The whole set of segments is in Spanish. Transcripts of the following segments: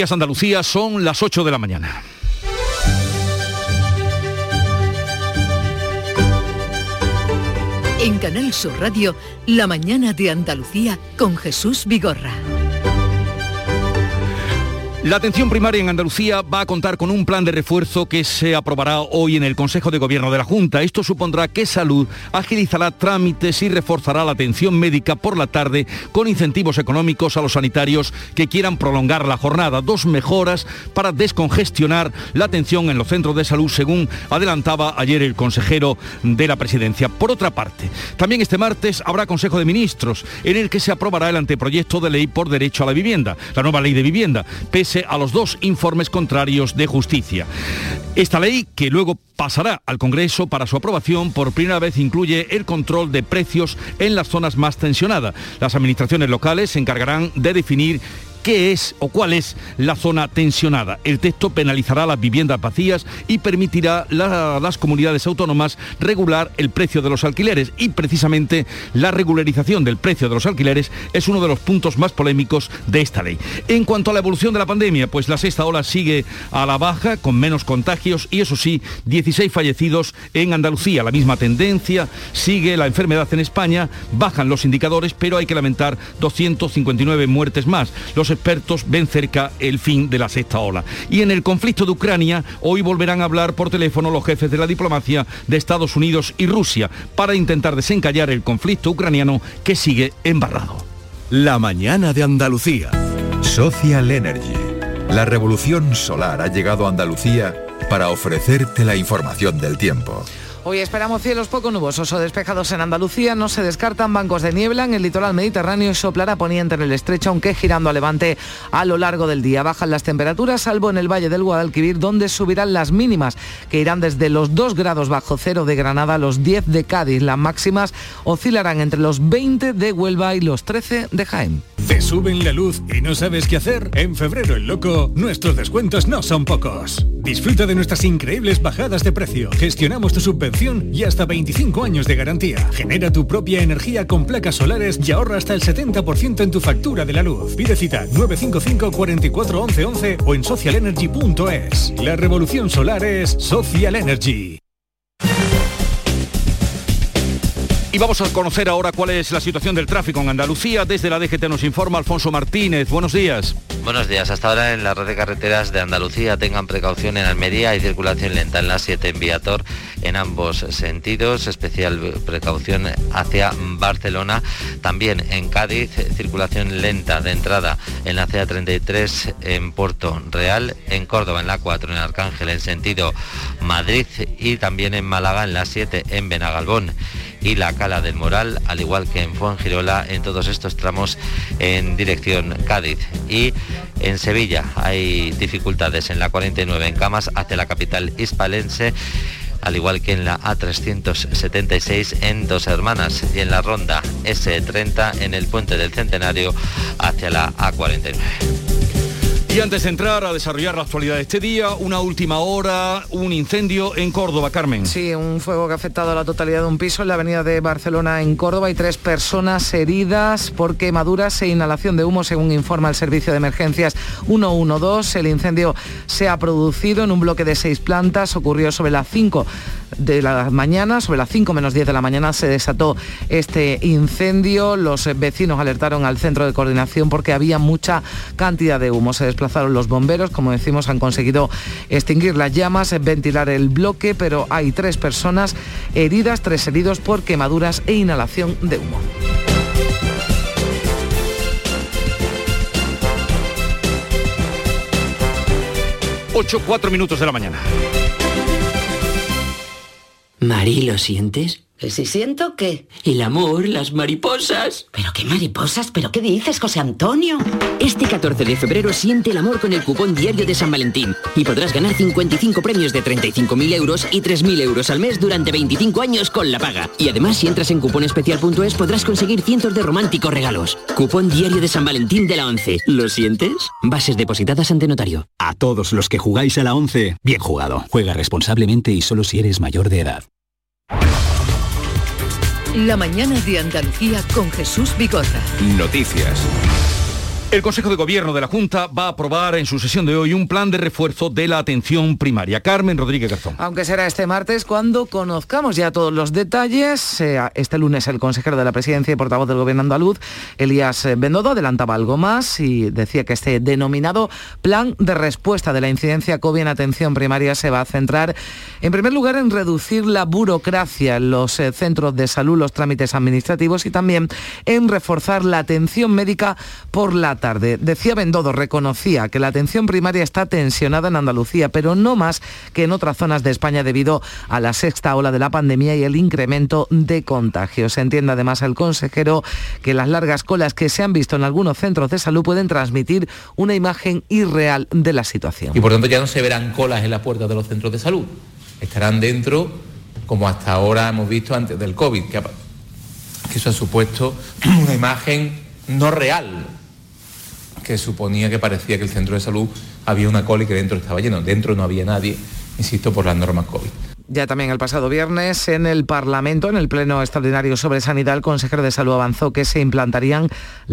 Andalucía, son las 8 de la mañana. En Canal Sur Radio, La mañana de Andalucía con Jesús Vigorra. La atención primaria en Andalucía va a contar con un plan de refuerzo que se aprobará hoy en el Consejo de Gobierno de la Junta. Esto supondrá que Salud agilizará trámites y reforzará la atención médica por la tarde con incentivos económicos a los sanitarios que quieran prolongar la jornada. 2 mejoras para descongestionar la atención en los centros de salud, según adelantaba ayer el consejero de la Presidencia. Por otra parte, también este martes habrá Consejo de Ministros en el que se aprobará el anteproyecto de ley por derecho a la vivienda, la nueva ley de vivienda, pese a los 2 informes contrarios de Justicia. Esta ley, que luego pasará al Congreso para su aprobación, por primera vez incluye el control de precios en las zonas más tensionadas. Las administraciones locales se encargarán de definir qué es o cuál es la zona tensionada. El texto penalizará las viviendas vacías y permitirá a las comunidades autónomas regular el precio de los alquileres, y precisamente la regularización del precio de los alquileres es uno de los puntos más polémicos de esta ley. En cuanto a la evolución de la pandemia, pues la 6ª ola sigue a la baja, con menos contagios y, eso sí, 16 fallecidos en Andalucía. La misma tendencia sigue la enfermedad en España, bajan los indicadores, pero hay que lamentar 259 muertes más. Los expertos ven cerca el fin de la 6ª ola. Y en el conflicto de Ucrania, hoy volverán a hablar por teléfono los jefes de la diplomacia de Estados Unidos y Rusia para intentar desencallar el conflicto ucraniano, que sigue embarrado. La mañana de Andalucía. Social Energy. La revolución solar ha llegado a Andalucía para ofrecerte la información del tiempo. Hoy esperamos cielos poco nubosos o despejados en Andalucía. No se descartan bancos de niebla en el litoral mediterráneo y soplará poniente en el estrecho, aunque girando a levante a lo largo del día. Bajan las temperaturas, salvo en el Valle del Guadalquivir, donde subirán las mínimas, que irán desde los 2 grados bajo cero de Granada a los 10 de Cádiz. Las máximas oscilarán entre los 20 de Huelva y los 13 de Jaén. ¿Te suben la luz y no sabes qué hacer? En Febrero el Loco, nuestros descuentos no son pocos. Disfruta de nuestras increíbles bajadas de precio. Gestionamos tu subvención y hasta 25 años de garantía. Genera tu propia energía con placas solares y ahorra hasta el 70% en tu factura de la luz. Pide cita 955 44 11 11 o en socialenergy.es. La revolución solar es Social Energy. Y vamos a conocer ahora cuál es la situación del tráfico en Andalucía. Desde la DGT nos informa Alfonso Martínez. Buenos días. Buenos días. Hasta ahora en la red de carreteras de Andalucía tengan precaución en Almería, hay circulación lenta en la 7 en Viator en ambos sentidos, especial precaución hacia Barcelona. También en Cádiz, circulación lenta de entrada en la CA33 en Puerto Real, en Córdoba en la 4 en Arcángel en sentido Madrid y también en Málaga en la 7 en Benagalbón y la Cala del Moral, al igual que en Fuengirola, en todos estos tramos en dirección Cádiz. Y en Sevilla hay dificultades en la 49 en Camas hacia la capital hispalense, al igual que en la A376 en Dos Hermanas y en la ronda S30 en el Puente del Centenario hacia la A49. Y antes de entrar a desarrollar la actualidad de este día, una última hora, un incendio en Córdoba, Carmen. Sí, un fuego que ha afectado a la totalidad de un piso en la avenida de Barcelona en Córdoba y 3 personas heridas por quemaduras e inhalación de humo, según informa el servicio de emergencias 112. El incendio se ha producido en un bloque de 6 plantas, ocurrió sobre las 5 de la mañana, sobre las 5 menos 10 de la mañana se desató este incendio. Los vecinos alertaron al centro de coordinación porque había mucha cantidad de humo. Se desplazaron los bomberos, como decimos, han conseguido extinguir las llamas, ventilar el bloque, pero hay 3 personas heridas, 3 heridos por quemaduras e inhalación de humo. Ocho, 4 minutos de la mañana. Mari, ¿lo sientes? ¿Si siento qué? El amor, las mariposas. ¿Pero qué mariposas? ¿Pero qué dices, José Antonio? Este 14 de febrero siente el amor con el cupón diario de San Valentín y podrás ganar 55 premios de 35.000 euros y 3.000 euros al mes durante 25 años con la paga. Y además, si entras en cuponespecial.es podrás conseguir cientos de románticos regalos. Cupón diario de San Valentín de la 11. ¿Lo sientes? Bases depositadas ante notario. A todos los que jugáis a la 11, bien jugado. Juega responsablemente y solo si eres mayor de edad. La mañana de Andalucía con Jesús Vigorra. Noticias. El Consejo de Gobierno de la Junta va a aprobar en su sesión de hoy un plan de refuerzo de la atención primaria. Carmen Rodríguez Garzón. Aunque será este martes cuando conozcamos ya todos los detalles. Este lunes el consejero de la Presidencia y portavoz del Gobierno andaluz, Elías Bendodo, adelantaba algo más y decía que este denominado plan de respuesta de la incidencia COVID en atención primaria se va a centrar, en primer lugar, en reducir la burocracia en los centros de salud, los trámites administrativos y también en reforzar la atención médica por la tarde. Decía Bendodo, reconocía que la atención primaria está tensionada en Andalucía, pero no más que en otras zonas de España debido a la sexta ola de la pandemia y el incremento de contagios. Entiende además el consejero que las largas colas que se han visto en algunos centros de salud pueden transmitir una imagen irreal de la situación. Y por tanto ya no se verán colas en las puertas de los centros de salud. Estarán dentro, como hasta ahora hemos visto antes del COVID, que eso ha supuesto una imagen no real, que suponía que parecía que el centro de salud había una cola y que dentro estaba lleno. Dentro no había nadie, insisto, por las normas COVID. Ya también el pasado viernes en el Parlamento, en el Pleno Extraordinario sobre Sanidad, el consejero de Salud avanzó que se implantarían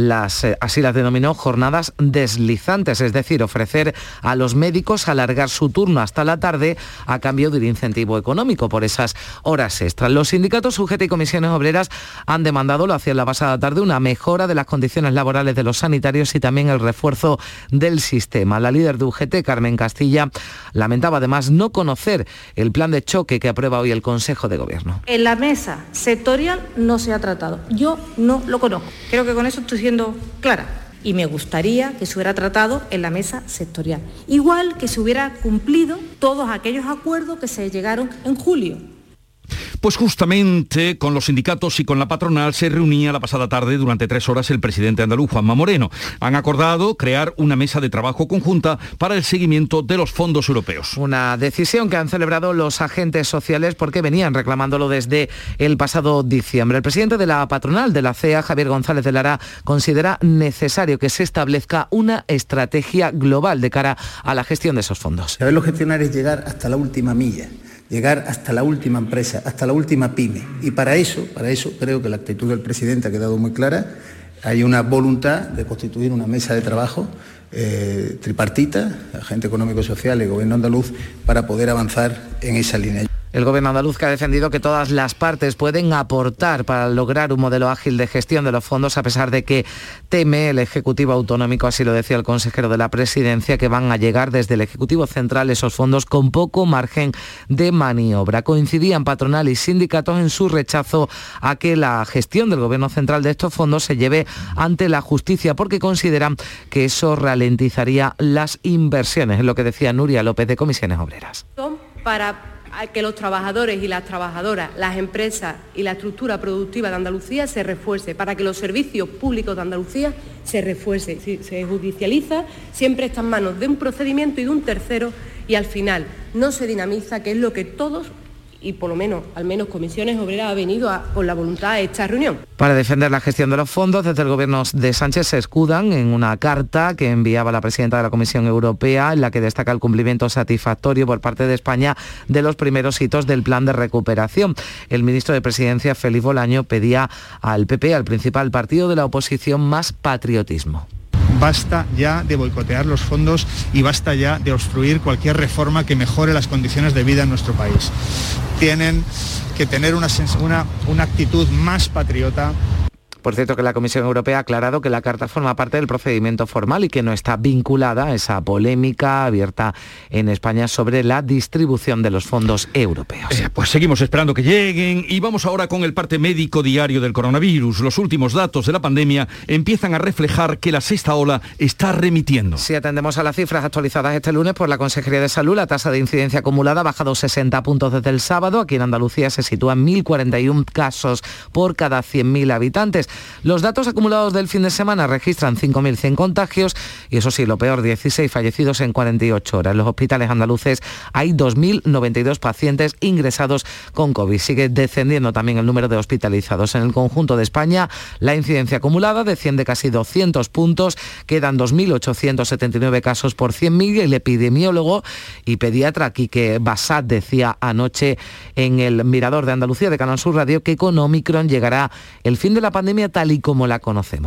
así las denominó, jornadas deslizantes, es decir, ofrecer a los médicos alargar su turno hasta la tarde a cambio de un incentivo económico por esas horas extras. Los sindicatos UGT y comisiones obreras han demandado, lo hacían la pasada tarde, una mejora de las condiciones laborales de los sanitarios y también el refuerzo del sistema. La líder de UGT, Carmen Castilla, lamentaba además no conocer el plan de choque que aprueba hoy el Consejo de Gobierno. En la mesa sectorial no se ha tratado. Yo no lo conozco. Creo que con eso estoy siendo clara. Y me gustaría que se hubiera tratado en la mesa sectorial. Igual que se hubiera cumplido todos aquellos acuerdos que se llegaron en julio. Pues justamente con los sindicatos y con la patronal se reunía la pasada tarde durante 3 horas el presidente andaluz, Juanma Moreno. Han acordado crear una mesa de trabajo conjunta para el seguimiento de los fondos europeos. Una decisión que han celebrado los agentes sociales porque venían reclamándolo desde el pasado diciembre. El presidente de la patronal de la CEA, Javier González de Lara, considera necesario que se establezca una estrategia global de cara a la gestión de esos fondos. Saberlo gestionar es llegar hasta la última milla, llegar hasta la última empresa, hasta la última pyme. Y para eso creo que la actitud del presidente ha quedado muy clara. Hay una voluntad de constituir una mesa de trabajo tripartita, agente económico social y gobierno andaluz, para poder avanzar en esa línea. El gobierno andaluz que ha defendido que todas las partes pueden aportar para lograr un modelo ágil de gestión de los fondos, a pesar de que teme el Ejecutivo Autonómico, así lo decía el consejero de la Presidencia, que van a llegar desde el Ejecutivo Central esos fondos con poco margen de maniobra. Coincidían patronal y sindicatos en su rechazo a que la gestión del Gobierno Central de estos fondos se lleve ante la justicia, porque consideran que eso ralentizaría las inversiones, es lo que decía Nuria López de Comisiones Obreras. Para que los trabajadores y las trabajadoras, las empresas y la estructura productiva de Andalucía se refuerce, para que los servicios públicos de Andalucía se refuerce. Si se judicializa, siempre está en manos de un procedimiento y de un tercero y al final no se dinamiza, que es lo que todos, y por lo menos, al menos Comisiones Obreras, ha venido con la voluntad a esta reunión. Para defender la gestión de los fondos, desde el gobierno de Sánchez se escudan en una carta que enviaba la presidenta de la Comisión Europea, en la que destaca el cumplimiento satisfactorio por parte de España de los primeros hitos del plan de recuperación. El ministro de Presidencia, Félix Bolaño, pedía al PP, al principal partido de la oposición, más patriotismo. Basta ya de boicotear los fondos y basta ya de obstruir cualquier reforma que mejore las condiciones de vida en nuestro país. Tienen que tener una actitud más patriota. Por cierto, que la Comisión Europea ha aclarado que la carta forma parte del procedimiento formal y que no está vinculada a esa polémica abierta en España sobre la distribución de los fondos europeos. Pues seguimos esperando que lleguen y vamos ahora con el parte médico diario del coronavirus. Los últimos datos de la pandemia empiezan a reflejar que la sexta ola está remitiendo. Si atendemos a las cifras actualizadas este lunes por la Consejería de Salud, la tasa de incidencia acumulada ha bajado 60 puntos desde el sábado. Aquí en Andalucía se sitúan 1.041 casos por cada 100.000 habitantes. Los datos acumulados del fin de semana registran 5.100 contagios y, eso sí, lo peor, 16 fallecidos en 48 horas. En los hospitales andaluces hay 2.092 pacientes ingresados con COVID. Sigue descendiendo también el número de hospitalizados. En el conjunto de España, la incidencia acumulada desciende casi 200 puntos. Quedan 2.879 casos por 100.000 y el epidemiólogo y pediatra Quique Bassat decía anoche en el Mirador de Andalucía de Canal Sur Radio que con Omicron llegará el fin de la pandemia tal y como la conocemos.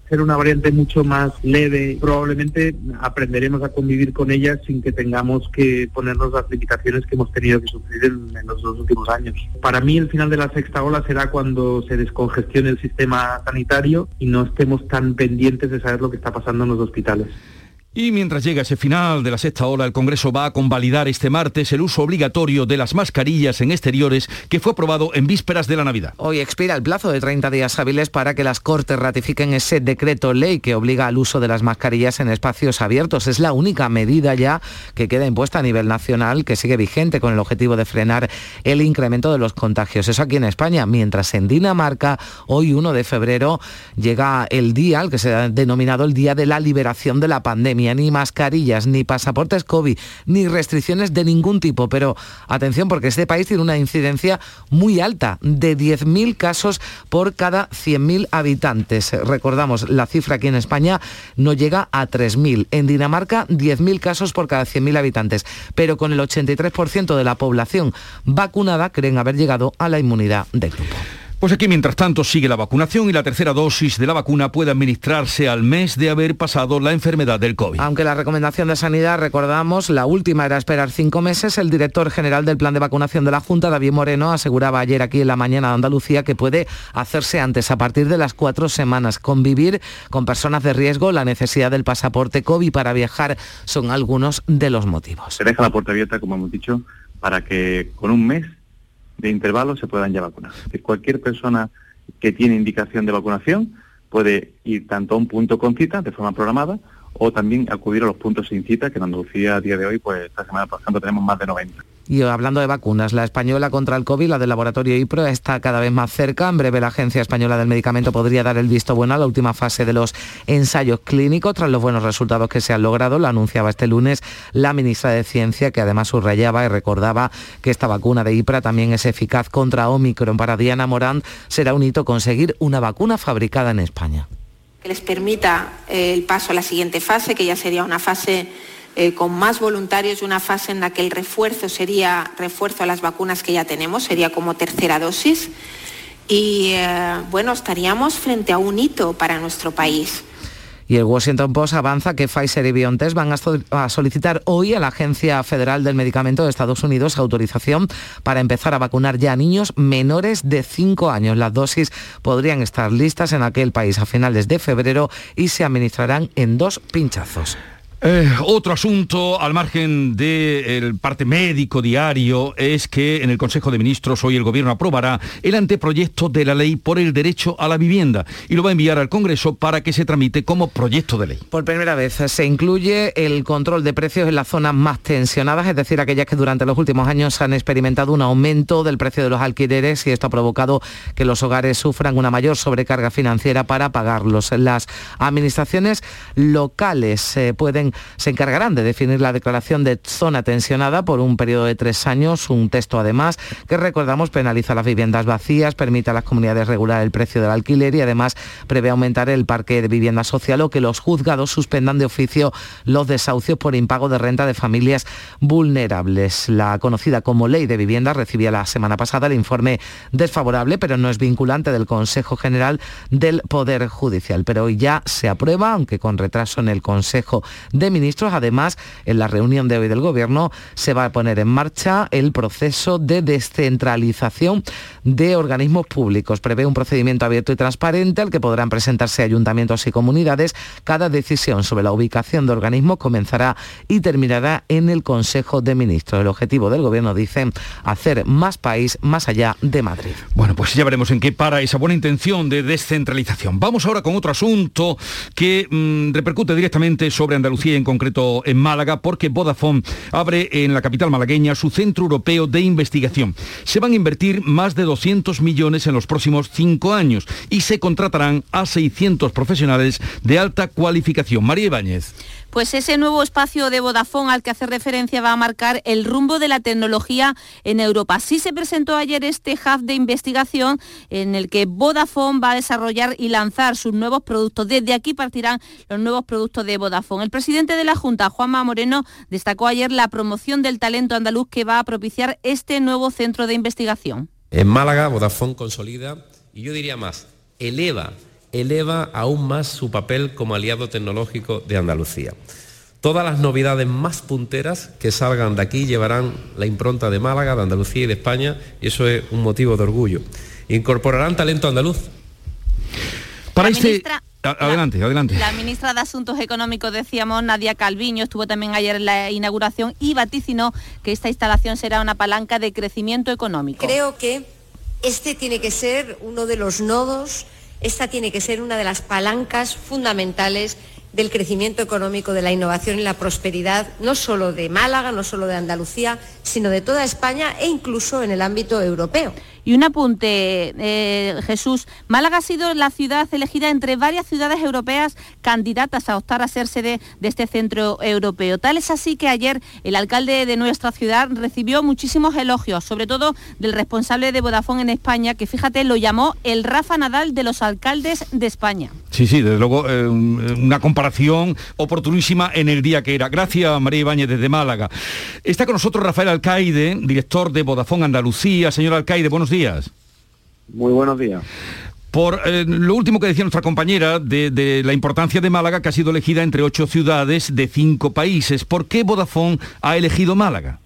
ser una variante mucho más leve. Probablemente aprenderemos a convivir con ella sin que tengamos que ponernos las limitaciones que hemos tenido que sufrir en los 2 últimos años. Para mí el final de la sexta ola será cuando se descongestione el sistema sanitario y no estemos tan pendientes de saber lo que está pasando en los hospitales. Y mientras llega ese final de la sexta ola, el Congreso va a convalidar este martes el uso obligatorio de las mascarillas en exteriores que fue aprobado en vísperas de la Navidad. Hoy expira el plazo de 30 días hábiles para que las Cortes ratifiquen ese decreto ley que obliga al uso de las mascarillas en espacios abiertos. Es la única medida ya que queda impuesta a nivel nacional que sigue vigente con el objetivo de frenar el incremento de los contagios. Eso aquí en España, mientras en Dinamarca, hoy 1 de febrero, llega el día, el que se ha denominado el Día de la Liberación de la Pandemia. Ni mascarillas, ni pasaportes COVID, ni restricciones de ningún tipo. Pero atención, porque este país tiene una incidencia muy alta, de 10.000 casos por cada 100.000 habitantes. Recordamos, la cifra aquí en España no llega a 3.000. En Dinamarca, 10.000 casos por cada 100.000 habitantes. Pero con el 83% de la población vacunada, creen haber llegado a la inmunidad de grupo. Pues aquí, mientras tanto, sigue la vacunación y la tercera dosis de la vacuna puede administrarse al mes de haber pasado la enfermedad del COVID. Aunque la recomendación de Sanidad, recordamos, la última era esperar 5 meses, el director general del Plan de Vacunación de la Junta, David Moreno, aseguraba ayer aquí en la mañana de Andalucía que puede hacerse antes, a partir de las 4 semanas. Convivir con personas de riesgo, la necesidad del pasaporte COVID para viajar son algunos de los motivos. Se deja la puerta abierta, como hemos dicho, para que con un mes de intervalo se puedan ya vacunar. Cualquier persona que tiene indicación de vacunación puede ir tanto a un punto con cita de forma programada o también acudir a los puntos sin cita, que en Andalucía a día de hoy, pues esta semana por ejemplo tenemos más de 90. Y hablando de vacunas, la española contra el COVID, la del laboratorio IPRO, está cada vez más cerca. En breve la Agencia Española del Medicamento podría dar el visto bueno a la última fase de los ensayos clínicos tras los buenos resultados que se han logrado. Lo anunciaba este lunes la ministra de Ciencia, que además subrayaba y recordaba que esta vacuna de IPRA también es eficaz contra Omicron. Para Diana Morán será un hito conseguir una vacuna fabricada en España. Que les permita el paso a la siguiente fase, que ya sería una fase con más voluntarios y una fase en la que el refuerzo sería refuerzo a las vacunas que ya tenemos, sería como tercera dosis. Y estaríamos frente a un hito para nuestro país. Y el Washington Post avanza que Pfizer y BioNTech van a solicitar hoy a la Agencia Federal del Medicamento de Estados Unidos autorización para empezar a vacunar ya a niños menores de 5 años. Las dosis podrían estar listas en aquel país a finales de febrero y se administrarán en 2 pinchazos. Otro asunto, al margen del parte médico diario, es que en el Consejo de Ministros hoy el Gobierno aprobará el anteproyecto de la ley por el derecho a la vivienda y lo va a enviar al Congreso para que se tramite como proyecto de ley. Por primera vez se incluye el control de precios en las zonas más tensionadas, es decir, aquellas que durante los últimos años han experimentado un aumento del precio de los alquileres y esto ha provocado que los hogares sufran una mayor sobrecarga financiera para pagarlos. Las administraciones locales se encargarán de definir la declaración de zona tensionada por un periodo de 3 años, un texto además que recordamos penaliza las viviendas vacías, permite a las comunidades regular el precio del alquiler y además prevé aumentar el parque de vivienda social o que los juzgados suspendan de oficio los desahucios por impago de renta de familias vulnerables. La conocida como Ley de Vivienda recibía la semana pasada el informe desfavorable, pero no es vinculante del Consejo General del Poder Judicial. Pero hoy ya se aprueba, aunque con retraso en el Consejo de Ministros. Además, en la reunión de hoy del Gobierno se va a poner en marcha el proceso de descentralización de organismos públicos. Prevé un procedimiento abierto y transparente al que podrán presentarse ayuntamientos y comunidades. Cada decisión sobre la ubicación de organismos comenzará y terminará en el Consejo de Ministros. El objetivo del Gobierno, dicen, hacer más país más allá de Madrid. Bueno, pues ya veremos en qué para esa buena intención de descentralización. Vamos ahora con otro asunto que repercute directamente sobre Andalucía y en concreto en Málaga, porque Vodafone abre en la capital malagueña su centro europeo de investigación. Se van a invertir más de 200 millones en los próximos 5 años y se contratarán a 600 profesionales de alta cualificación. María Ibáñez. Pues ese nuevo espacio de Vodafone al que hace referencia va a marcar el rumbo de la tecnología en Europa. Así se presentó ayer este hub de investigación en el que Vodafone va a desarrollar y lanzar sus nuevos productos. Desde aquí partirán los nuevos productos de Vodafone. El presidente de la Junta, Juanma Moreno, destacó ayer la promoción del talento andaluz que va a propiciar este nuevo centro de investigación. En Málaga, Vodafone consolida, y yo diría más, eleva eleva aún más su papel como aliado tecnológico de Andalucía. Todas las novedades más punteras que salgan de aquí llevarán la impronta de Málaga, de Andalucía y de España, y eso es un motivo de orgullo. Incorporarán talento andaluz. Para Adelante. La ministra de Asuntos Económicos, decíamos, Nadia Calviño, estuvo también ayer en la inauguración y vaticinó que esta instalación será una palanca de crecimiento económico. Creo que este tiene que ser uno de los nodos, esta tiene que ser una de las palancas fundamentales del crecimiento económico, de la innovación y la prosperidad, no solo de Málaga, no solo de Andalucía, sino de toda España e incluso en el ámbito europeo. Y un apunte, Jesús, Málaga ha sido la ciudad elegida entre varias ciudades europeas candidatas a optar a ser sede de este centro europeo. Tal es así que ayer el alcalde de nuestra ciudad recibió muchísimos elogios, sobre todo del responsable de Vodafone en España, que fíjate, lo llamó el Rafa Nadal de los alcaldes de España. Sí, desde luego, una comparación oportunísima en el día que era. Gracias, María Ibáñez, desde Málaga. Está con nosotros Rafael Alcaide, director de Vodafone Andalucía. Señor Alcaide, buenos días. Muy buenos días. Por lo último que decía nuestra compañera de la importancia de Málaga, que ha sido elegida entre 8 ciudades de 5 países. ¿Por qué Vodafone ha elegido Málaga?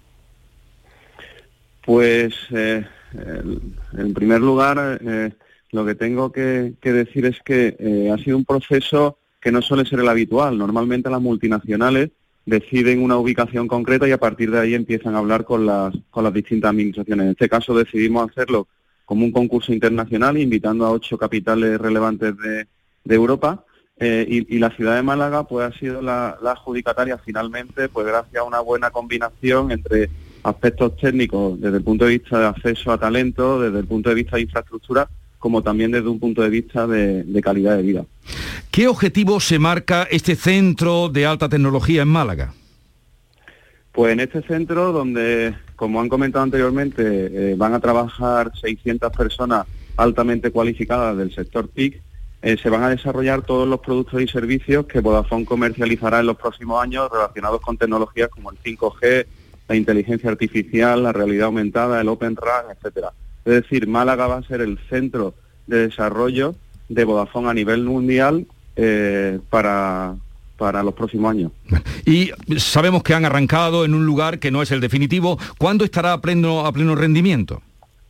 Pues, en primer lugar, lo que tengo que decir es que ha sido un proceso que no suele ser el habitual. Normalmente las multinacionales deciden una ubicación concreta y a partir de ahí empiezan a hablar con las distintas administraciones. En este caso decidimos hacerlo como un concurso internacional, invitando a 8 capitales relevantes de Europa, y la ciudad de Málaga pues ha sido la adjudicataria finalmente, pues gracias a una buena combinación entre aspectos técnicos desde el punto de vista de acceso a talento, desde el punto de vista de infraestructura, como también desde un punto de vista de calidad de vida. ¿Qué objetivo se marca este centro de alta tecnología en Málaga? Pues en este centro, donde, como han comentado anteriormente, van a trabajar 600 personas altamente cualificadas del sector TIC, se van a desarrollar todos los productos y servicios que Vodafone comercializará en los próximos años relacionados con tecnologías como el 5G, la inteligencia artificial, la realidad aumentada, el Open RAN, etcétera. Es decir, Málaga va a ser el centro de desarrollo de Vodafone a nivel mundial para los próximos años. Y sabemos que han arrancado en un lugar que no es el definitivo. ¿Cuándo estará a pleno rendimiento?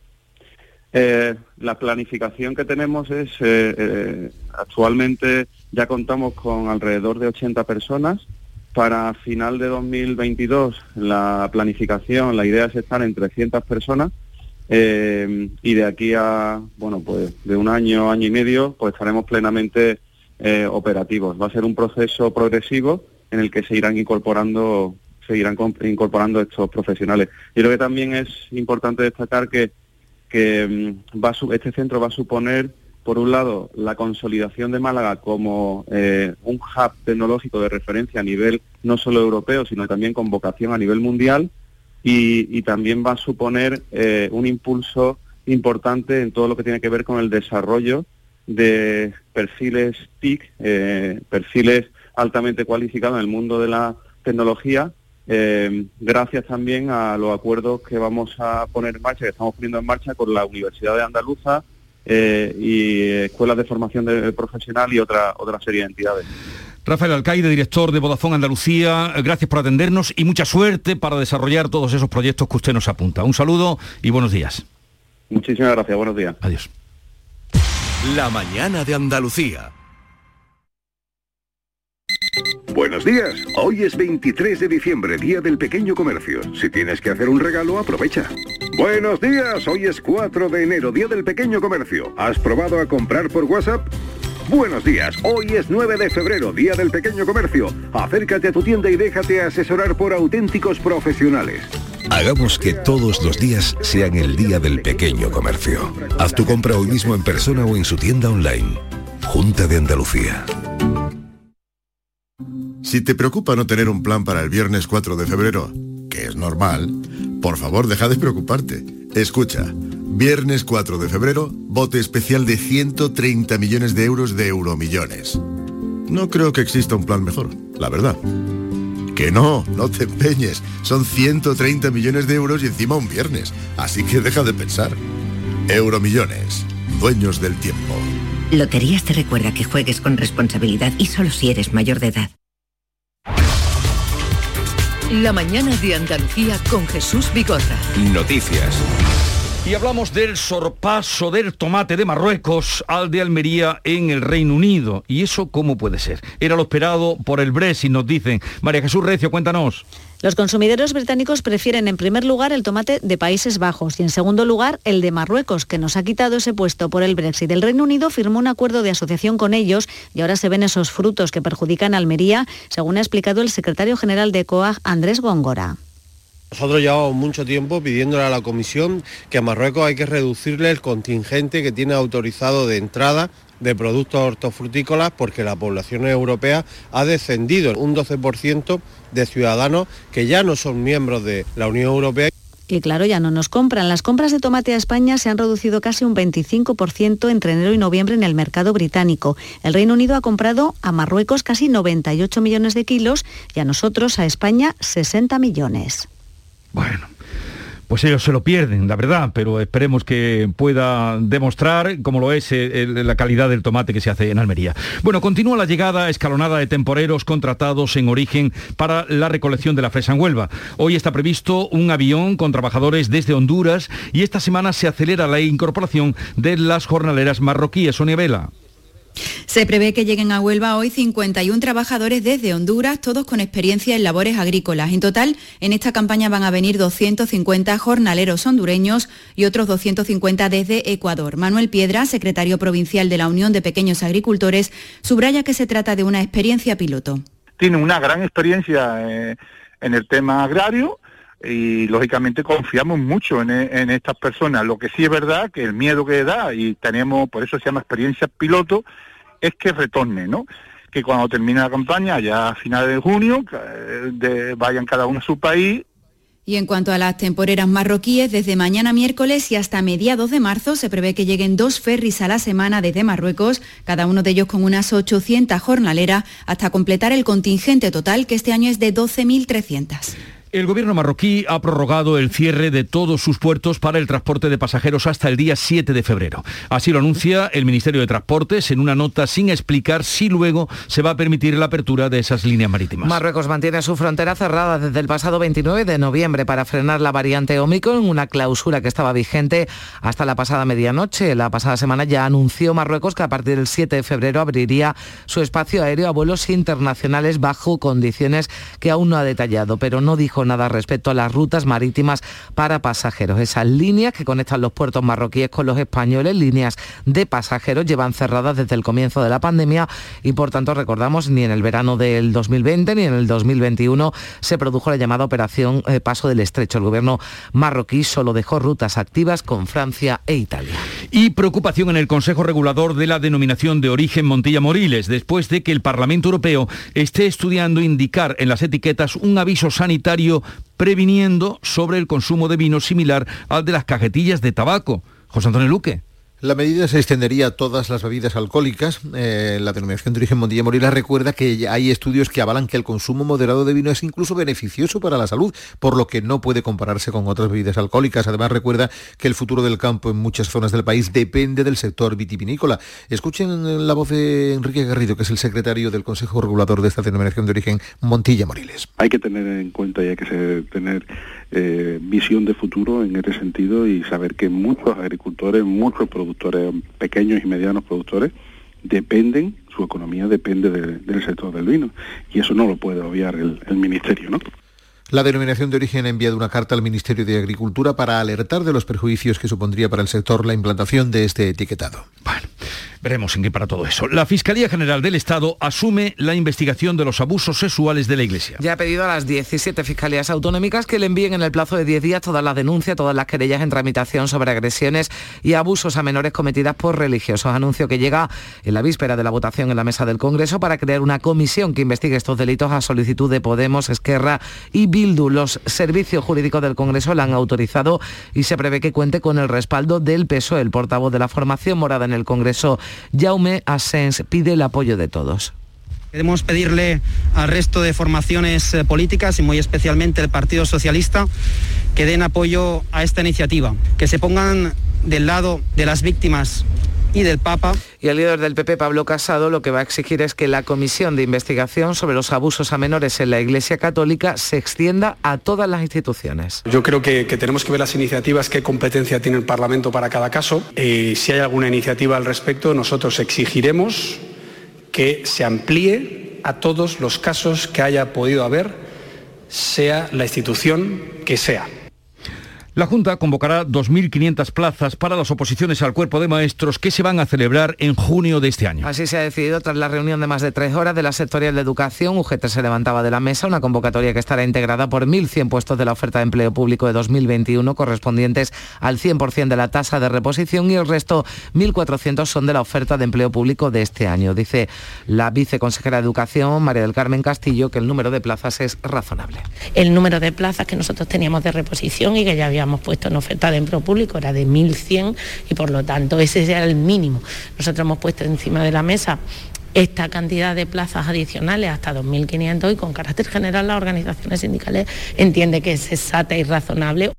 La planificación que tenemos es, actualmente ya contamos con alrededor de 80 personas. Para final de 2022 la planificación, la idea es estar en 300 personas. Y de aquí a, pues de un año y medio, pues estaremos plenamente operativos. Va a ser un proceso progresivo en el que se irán incorporando estos profesionales. Y creo que también es importante destacar que este centro va a suponer, por un lado, la consolidación de Málaga como un hub tecnológico de referencia a nivel no solo europeo, sino también con vocación a nivel mundial. Y también va a suponer un impulso importante en todo lo que tiene que ver con el desarrollo de perfiles TIC, perfiles altamente cualificados en el mundo de la tecnología, gracias también a los acuerdos que vamos a poner en marcha, que estamos poniendo en marcha con la Universidad de Andaluza y escuelas de formación profesional y otra serie de entidades. Rafael Alcaide, director de Vodafone Andalucía, gracias por atendernos y mucha suerte para desarrollar todos esos proyectos que usted nos apunta. Un saludo y buenos días. Muchísimas gracias, buenos días. Adiós. La mañana de Andalucía. Buenos días, hoy es 23 de diciembre, Día del Pequeño Comercio. Si tienes que hacer un regalo, aprovecha. Buenos días, hoy es 4 de enero, Día del Pequeño Comercio. ¿Has probado a comprar por WhatsApp? Buenos días, hoy es 9 de febrero, Día del Pequeño Comercio. Acércate a tu tienda y déjate asesorar por auténticos profesionales. Hagamos que todos los días sean el Día del Pequeño Comercio. Haz tu compra hoy mismo en persona o en su tienda online. Junta de Andalucía. Si te preocupa no tener un plan para el viernes 4 de febrero, que es normal, por favor deja de preocuparte. Escucha, viernes 4 de febrero, bote especial de 130 millones de euros de Euromillones. No creo que exista un plan mejor, la verdad. Que no te empeñes. Son 130 millones de euros y encima un viernes. Así que deja de pensar. Euromillones, dueños del tiempo. Loterías te recuerda que juegues con responsabilidad y solo si eres mayor de edad. La mañana de Andalucía con Jesús Vigorra. Noticias. Y hablamos del sorpaso del tomate de Marruecos al de Almería en el Reino Unido. ¿Y eso cómo puede ser? Era lo esperado por el Brexit, nos dicen. María Jesús Recio, cuéntanos. Los consumidores británicos prefieren en primer lugar el tomate de Países Bajos y en segundo lugar el de Marruecos, que nos ha quitado ese puesto por el Brexit. El Reino Unido firmó un acuerdo de asociación con ellos y ahora se ven esos frutos que perjudican a Almería, según ha explicado el secretario general de COAG, Andrés Góngora. Nosotros llevamos mucho tiempo pidiéndole a la Comisión que a Marruecos hay que reducirle el contingente que tiene autorizado de entrada de productos hortofrutícolas porque la población europea ha descendido un 12% de ciudadanos que ya no son miembros de la Unión Europea. Y claro, ya no nos compran. Las compras de tomate a España se han reducido casi un 25% entre enero y noviembre en el mercado británico. El Reino Unido ha comprado a Marruecos casi 98 millones de kilos y a nosotros, a España, 60 millones. Bueno, pues ellos se lo pierden, la verdad, pero esperemos que pueda demostrar cómo lo es la calidad del tomate que se hace en Almería. Bueno, continúa la llegada escalonada de temporeros contratados en origen para la recolección de la fresa en Huelva. Hoy está previsto un avión con trabajadores desde Honduras y esta semana se acelera la incorporación de las jornaleras marroquíes. Sonia Vela. Se prevé que lleguen a Huelva hoy 51 trabajadores desde Honduras, todos con experiencia en labores agrícolas. En total, en esta campaña van a venir 250 jornaleros hondureños y otros 250 desde Ecuador. Manuel Piedra, secretario provincial de la Unión de Pequeños Agricultores, subraya que se trata de una experiencia piloto. Tiene una gran experiencia en el tema agrario y lógicamente confiamos mucho en estas personas. Lo que sí es verdad que el miedo que da, y tenemos, por eso se llama experiencia piloto, es que retorne, ¿no? Que cuando termine la campaña, ya a finales de junio, vayan cada uno a su país. Y en cuanto a las temporeras marroquíes, desde mañana miércoles y hasta mediados de marzo se prevé que lleguen 2 ferries a la semana desde Marruecos, cada uno de ellos con unas 800 jornaleras, hasta completar el contingente total, que este año es de 12.300. El gobierno marroquí ha prorrogado el cierre de todos sus puertos para el transporte de pasajeros hasta el día 7 de febrero. Así lo anuncia el Ministerio de Transportes en una nota sin explicar si luego se va a permitir la apertura de esas líneas marítimas. Marruecos mantiene su frontera cerrada desde el pasado 29 de noviembre para frenar la variante Ómicron, una clausura que estaba vigente hasta la pasada medianoche. La pasada semana ya anunció Marruecos que a partir del 7 de febrero abriría su espacio aéreo a vuelos internacionales bajo condiciones que aún no ha detallado, pero no dijo nada respecto a las rutas marítimas para pasajeros. Esas líneas que conectan los puertos marroquíes con los españoles, líneas de pasajeros, llevan cerradas desde el comienzo de la pandemia y por tanto recordamos ni en el verano del 2020 ni en el 2021 se produjo la llamada operación Paso del Estrecho. El gobierno marroquí solo dejó rutas activas con Francia e Italia. Y preocupación en el Consejo Regulador de la Denominación de Origen Montilla-Moriles después de que el Parlamento Europeo esté estudiando indicar en las etiquetas un aviso sanitario previniendo sobre el consumo de vino similar al de las cajetillas de tabaco. José Antonio Luque. La medida se extendería a todas las bebidas alcohólicas. La Denominación de Origen Montilla-Moriles recuerda que hay estudios que avalan que el consumo moderado de vino es incluso beneficioso para la salud, por lo que no puede compararse con otras bebidas alcohólicas. Además, recuerda que el futuro del campo en muchas zonas del país depende del sector vitivinícola. Escuchen la voz de Enrique Garrido, que es el secretario del Consejo Regulador de esta Denominación de Origen Montilla-Moriles. Hay que tener en cuenta y hay que tener visión de futuro en este sentido y saber que muchos agricultores, muchos productores, pequeños y medianos productores, su economía depende del sector del vino y eso no lo puede obviar el Ministerio, ¿no? La Denominación de Origen ha enviado una carta al Ministerio de Agricultura para alertar de los perjuicios que supondría para el sector la implantación de este etiquetado. Bueno, veremos en qué para todo eso. La Fiscalía General del Estado asume la investigación de los abusos sexuales de la Iglesia. Ya ha pedido a las 17 fiscalías autonómicas que le envíen en el plazo de 10 días todas las denuncias, todas las querellas en tramitación sobre agresiones y abusos a menores cometidas por religiosos. Anuncio que llega en la víspera de la votación en la mesa del Congreso para crear una comisión que investigue estos delitos a solicitud de Podemos, Esquerra y Bildu. Los servicios jurídicos del Congreso la han autorizado y se prevé que cuente con el respaldo del PSOE. El portavoz de la formación morada en el Congreso, Jaume Asens, pide el apoyo de todos. Queremos pedirle al resto de formaciones políticas y muy especialmente al Partido Socialista que den apoyo a esta iniciativa, que se pongan del lado de las víctimas y del Papa. Y el líder del PP, Pablo Casado, lo que va a exigir es que la comisión de investigación sobre los abusos a menores en la Iglesia Católica se extienda a todas las instituciones. Yo creo que tenemos que ver las iniciativas, qué competencia tiene el Parlamento para cada caso. Si hay alguna iniciativa al respecto, nosotros exigiremos que se amplíe a todos los casos que haya podido haber, sea la institución que sea. La Junta convocará 2.500 plazas para las oposiciones al cuerpo de maestros que se van a celebrar en junio de este año. Así se ha decidido tras la reunión de más de 3 horas de la sectorial de educación. UGT se levantaba de la mesa una convocatoria que estará integrada por 1.100 puestos de la oferta de empleo público de 2021 correspondientes al 100% de la tasa de reposición y el resto 1.400 son de la oferta de empleo público de este año. Dice la viceconsejera de Educación, María del Carmen Castillo, que el número de plazas es razonable. El número de plazas que nosotros teníamos de reposición y que ya habíamos puesto en oferta de empleo público era de 1.100 y por lo tanto ese era el mínimo. Nosotros hemos puesto encima de la mesa esta cantidad de plazas adicionales hasta 2.500 y con carácter general las organizaciones sindicales entienden que es sensata y razonable.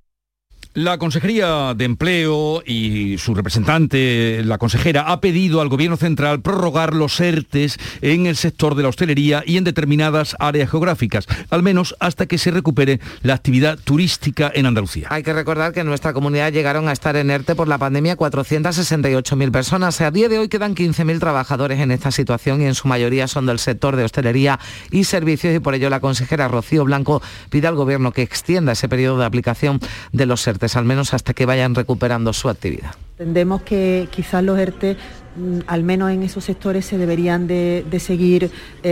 La Consejería de Empleo y su representante, la consejera, ha pedido al Gobierno Central prorrogar los ERTEs en el sector de la hostelería y en determinadas áreas geográficas, al menos hasta que se recupere la actividad turística en Andalucía. Hay que recordar que en nuestra comunidad llegaron a estar en ERTE por la pandemia 468.000 personas. A día de hoy quedan 15.000 trabajadores en esta situación y en su mayoría son del sector de hostelería y servicios y por ello la consejera Rocío Blanco pide al Gobierno que extienda ese periodo de aplicación de los ERTE, al menos hasta que vayan recuperando su actividad. Entendemos que quizás los ERTE, al menos en esos sectores, se deberían de seguir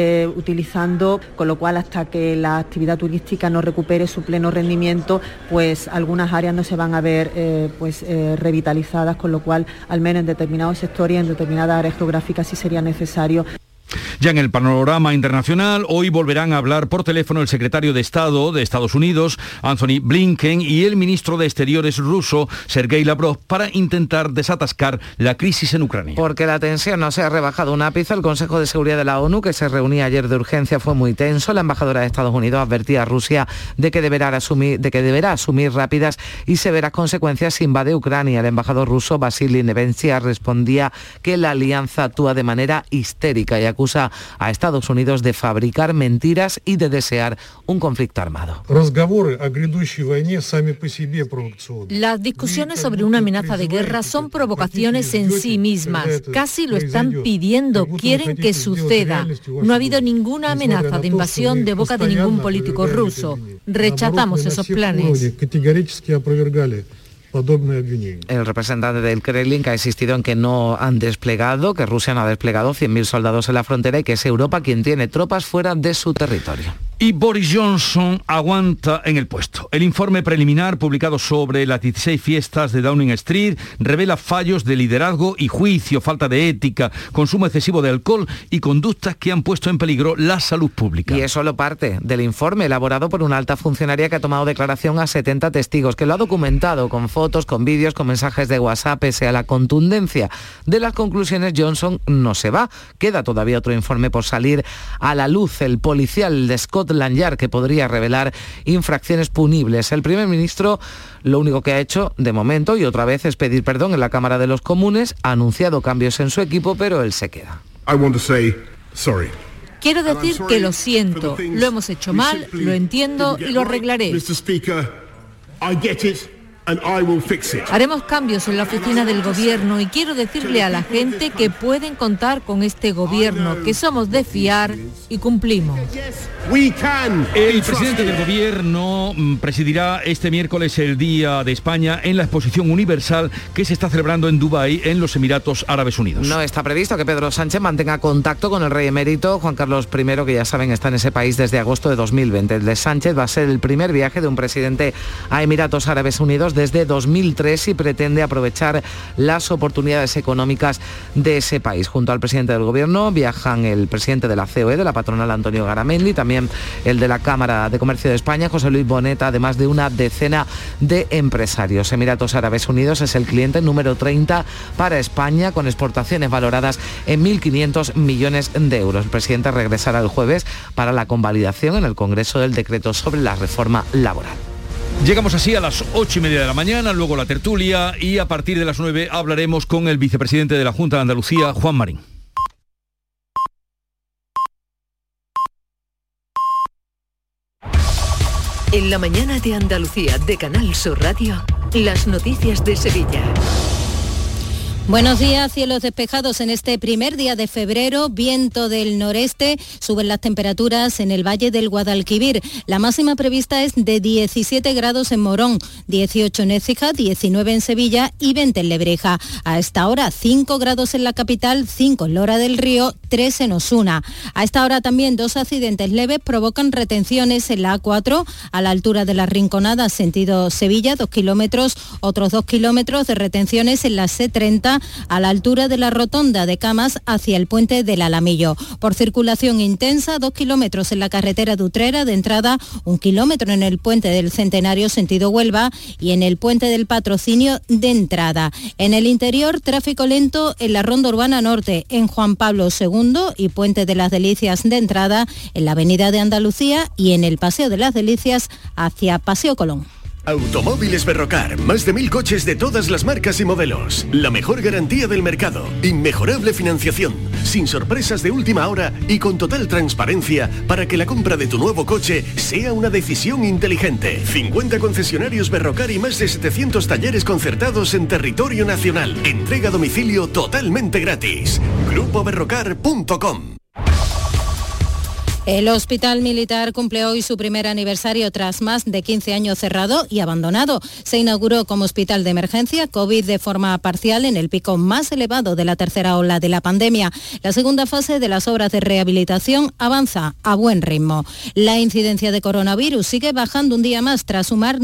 utilizando, con lo cual hasta que la actividad turística no recupere su pleno rendimiento, pues algunas áreas no se van a ver revitalizadas, con lo cual al menos en determinados sectores y en determinadas áreas geográficas sí sería necesario. Ya en el panorama internacional, hoy volverán a hablar por teléfono el secretario de Estado de Estados Unidos, Anthony Blinken, y el ministro de Exteriores ruso, Sergei Lavrov, para intentar desatascar la crisis en Ucrania. Porque la tensión no se ha rebajado un ápice. El Consejo de Seguridad de la ONU, que se reunía ayer de urgencia, fue muy tenso. La embajadora de Estados Unidos advertía a Rusia de que deberá asumir rápidas y severas consecuencias si invade Ucrania. El embajador ruso, Vasily Nevencia, respondía que la alianza actúa de manera histérica y acusa a Estados Unidos de fabricar mentiras y de desear un conflicto armado. Las discusiones sobre una amenaza de guerra son provocaciones en sí mismas. Casi lo están pidiendo, quieren que suceda. No ha habido ninguna amenaza de invasión de boca de ningún político ruso. Rechazamos esos planes. El representante del Kremlin ha insistido en que que Rusia no ha desplegado 100.000 soldados en la frontera y que es Europa quien tiene tropas fuera de su territorio. Y Boris Johnson aguanta en el puesto. El informe preliminar publicado sobre las 16 fiestas de Downing Street revela fallos de liderazgo y juicio, falta de ética, consumo excesivo de alcohol y conductas que han puesto en peligro la salud pública. Y es solo parte del informe elaborado por una alta funcionaria que ha tomado declaración a 70 testigos, que lo ha documentado con fotos, con vídeos, con mensajes de WhatsApp. Pese a la contundencia de las conclusiones, Johnson no se va. Queda todavía otro informe por salir a la luz, el policial de Scotland Yard, que podría revelar infracciones punibles. El primer ministro lo único que ha hecho de momento y otra vez es pedir perdón en la Cámara de los Comunes. Ha anunciado cambios en su equipo, pero él se queda. Quiero decir que lo siento, lo hemos hecho mal, lo entiendo y lo arreglaré. Haremos cambios en la oficina del gobierno y quiero decirle a la gente que pueden contar con este gobierno, que somos de fiar y cumplimos. El presidente del gobierno presidirá este miércoles el Día de España en la Exposición Universal que se está celebrando en Dubái, en los Emiratos Árabes Unidos. No está previsto que Pedro Sánchez mantenga contacto con el rey emérito Juan Carlos I, que ya saben está en ese país desde agosto de 2020. El de Sánchez va a ser el primer viaje de un presidente a Emiratos Árabes Unidos desde 2003 y pretende aprovechar las oportunidades económicas de ese país. Junto al presidente del gobierno viajan el presidente de la COE, de la patronal, Antonio Garamendi, también el de la Cámara de Comercio de España, José Luis Boneta, además de una decena de empresarios. Emiratos Árabes Unidos es el cliente número 30 para España, con exportaciones valoradas en 1.500 millones de euros. El presidente regresará el jueves para la convalidación en el Congreso del decreto sobre la reforma laboral. Llegamos así a las 8:30 de la mañana, luego la tertulia y a partir de las 9 hablaremos con el vicepresidente de la Junta de Andalucía, Juan Marín. En la mañana de Andalucía de Canal Sur Radio, las noticias de Sevilla. Buenos días, cielos despejados en este primer día de febrero, viento del noreste, suben las temperaturas en el Valle del Guadalquivir. La máxima prevista es de 17 grados en Morón, 18 en Écija, 19 en Sevilla y 20 en Lebreja. A esta hora 5 grados en la capital, 5 en Lora del Río, 3 en Osuna. A esta hora también 2 accidentes leves provocan retenciones en la A4 a la altura de la Rinconada, sentido Sevilla, 2 kilómetros, otros 2 kilómetros de retenciones en la C30 a la altura de la rotonda de Camas hacia el puente del Alamillo. Por circulación intensa, 2 kilómetros en la carretera de Utrera de entrada, 1 kilómetro en el puente del Centenario sentido Huelva y en el puente del Patrocinio de entrada. En el interior, tráfico lento en la Ronda Urbana Norte, en Juan Pablo II y puente de las Delicias de entrada, en la Avenida de Andalucía y en el Paseo de las Delicias hacia Paseo Colón. Automóviles Berrocar, más de 1000 coches de todas las marcas y modelos. La mejor garantía del mercado, inmejorable financiación, sin sorpresas de última hora y con total transparencia para que la compra de tu nuevo coche sea una decisión inteligente. 50 concesionarios Berrocar y más de 700 talleres concertados en territorio nacional. Entrega a domicilio totalmente gratis. GrupoBerrocar.com. El Hospital Militar cumple hoy su primer aniversario tras más de 15 años cerrado y abandonado. Se inauguró como hospital de emergencia COVID de forma parcial en el pico más elevado de la tercera ola de la pandemia. La segunda fase de las obras de rehabilitación avanza a buen ritmo. La incidencia de coronavirus sigue bajando un día más tras sumar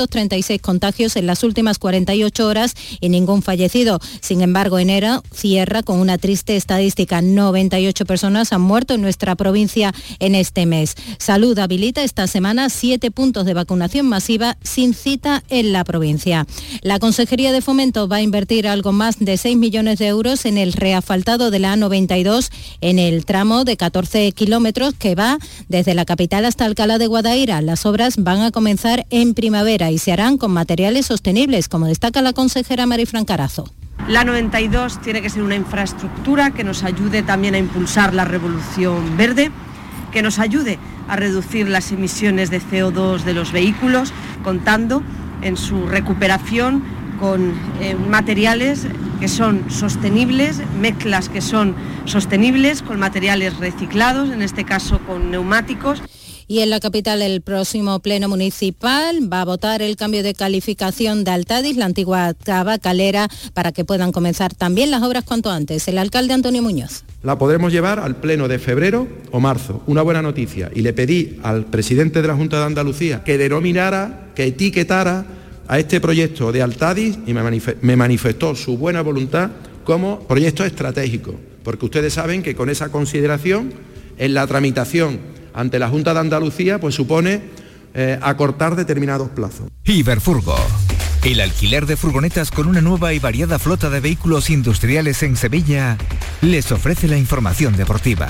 936 contagios en las últimas 48 horas y ningún fallecido. Sin embargo, enero cierra con una triste estadística. 98 personas han muerto en nuestra provincia en este mes. Salud habilita esta semana 7 puntos de vacunación masiva sin cita en la provincia. La Consejería de Fomento va a invertir algo más de 6 millones de euros en el reasfaltado de la A92 en el tramo de 14 kilómetros que va desde la capital hasta Alcalá de Guadaira. Las obras van a comenzar en primavera y se harán con materiales sostenibles, como destaca la consejera Marifran Carazo. La 92 tiene que ser una infraestructura que nos ayude también a impulsar la revolución verde, que nos ayude a reducir las emisiones de CO2 de los vehículos, contando en su recuperación con materiales que son sostenibles, mezclas que son sostenibles, con materiales reciclados, en este caso con neumáticos. Y en la capital el próximo pleno municipal va a votar el cambio de calificación de Altadis, la antigua tabacalera, para que puedan comenzar también las obras cuanto antes. El alcalde Antonio Muñoz. La podremos llevar al pleno de febrero o marzo. Una buena noticia. Y le pedí al presidente de la Junta de Andalucía que denominara, que etiquetara a este proyecto de Altadis y me manifestó su buena voluntad como proyecto estratégico. Porque ustedes saben que con esa consideración en la tramitación ante la Junta de Andalucía, pues supone acortar determinados plazos. Iberfurgo, el alquiler de furgonetas con una nueva y variada flota de vehículos industriales en Sevilla, les ofrece la información deportiva.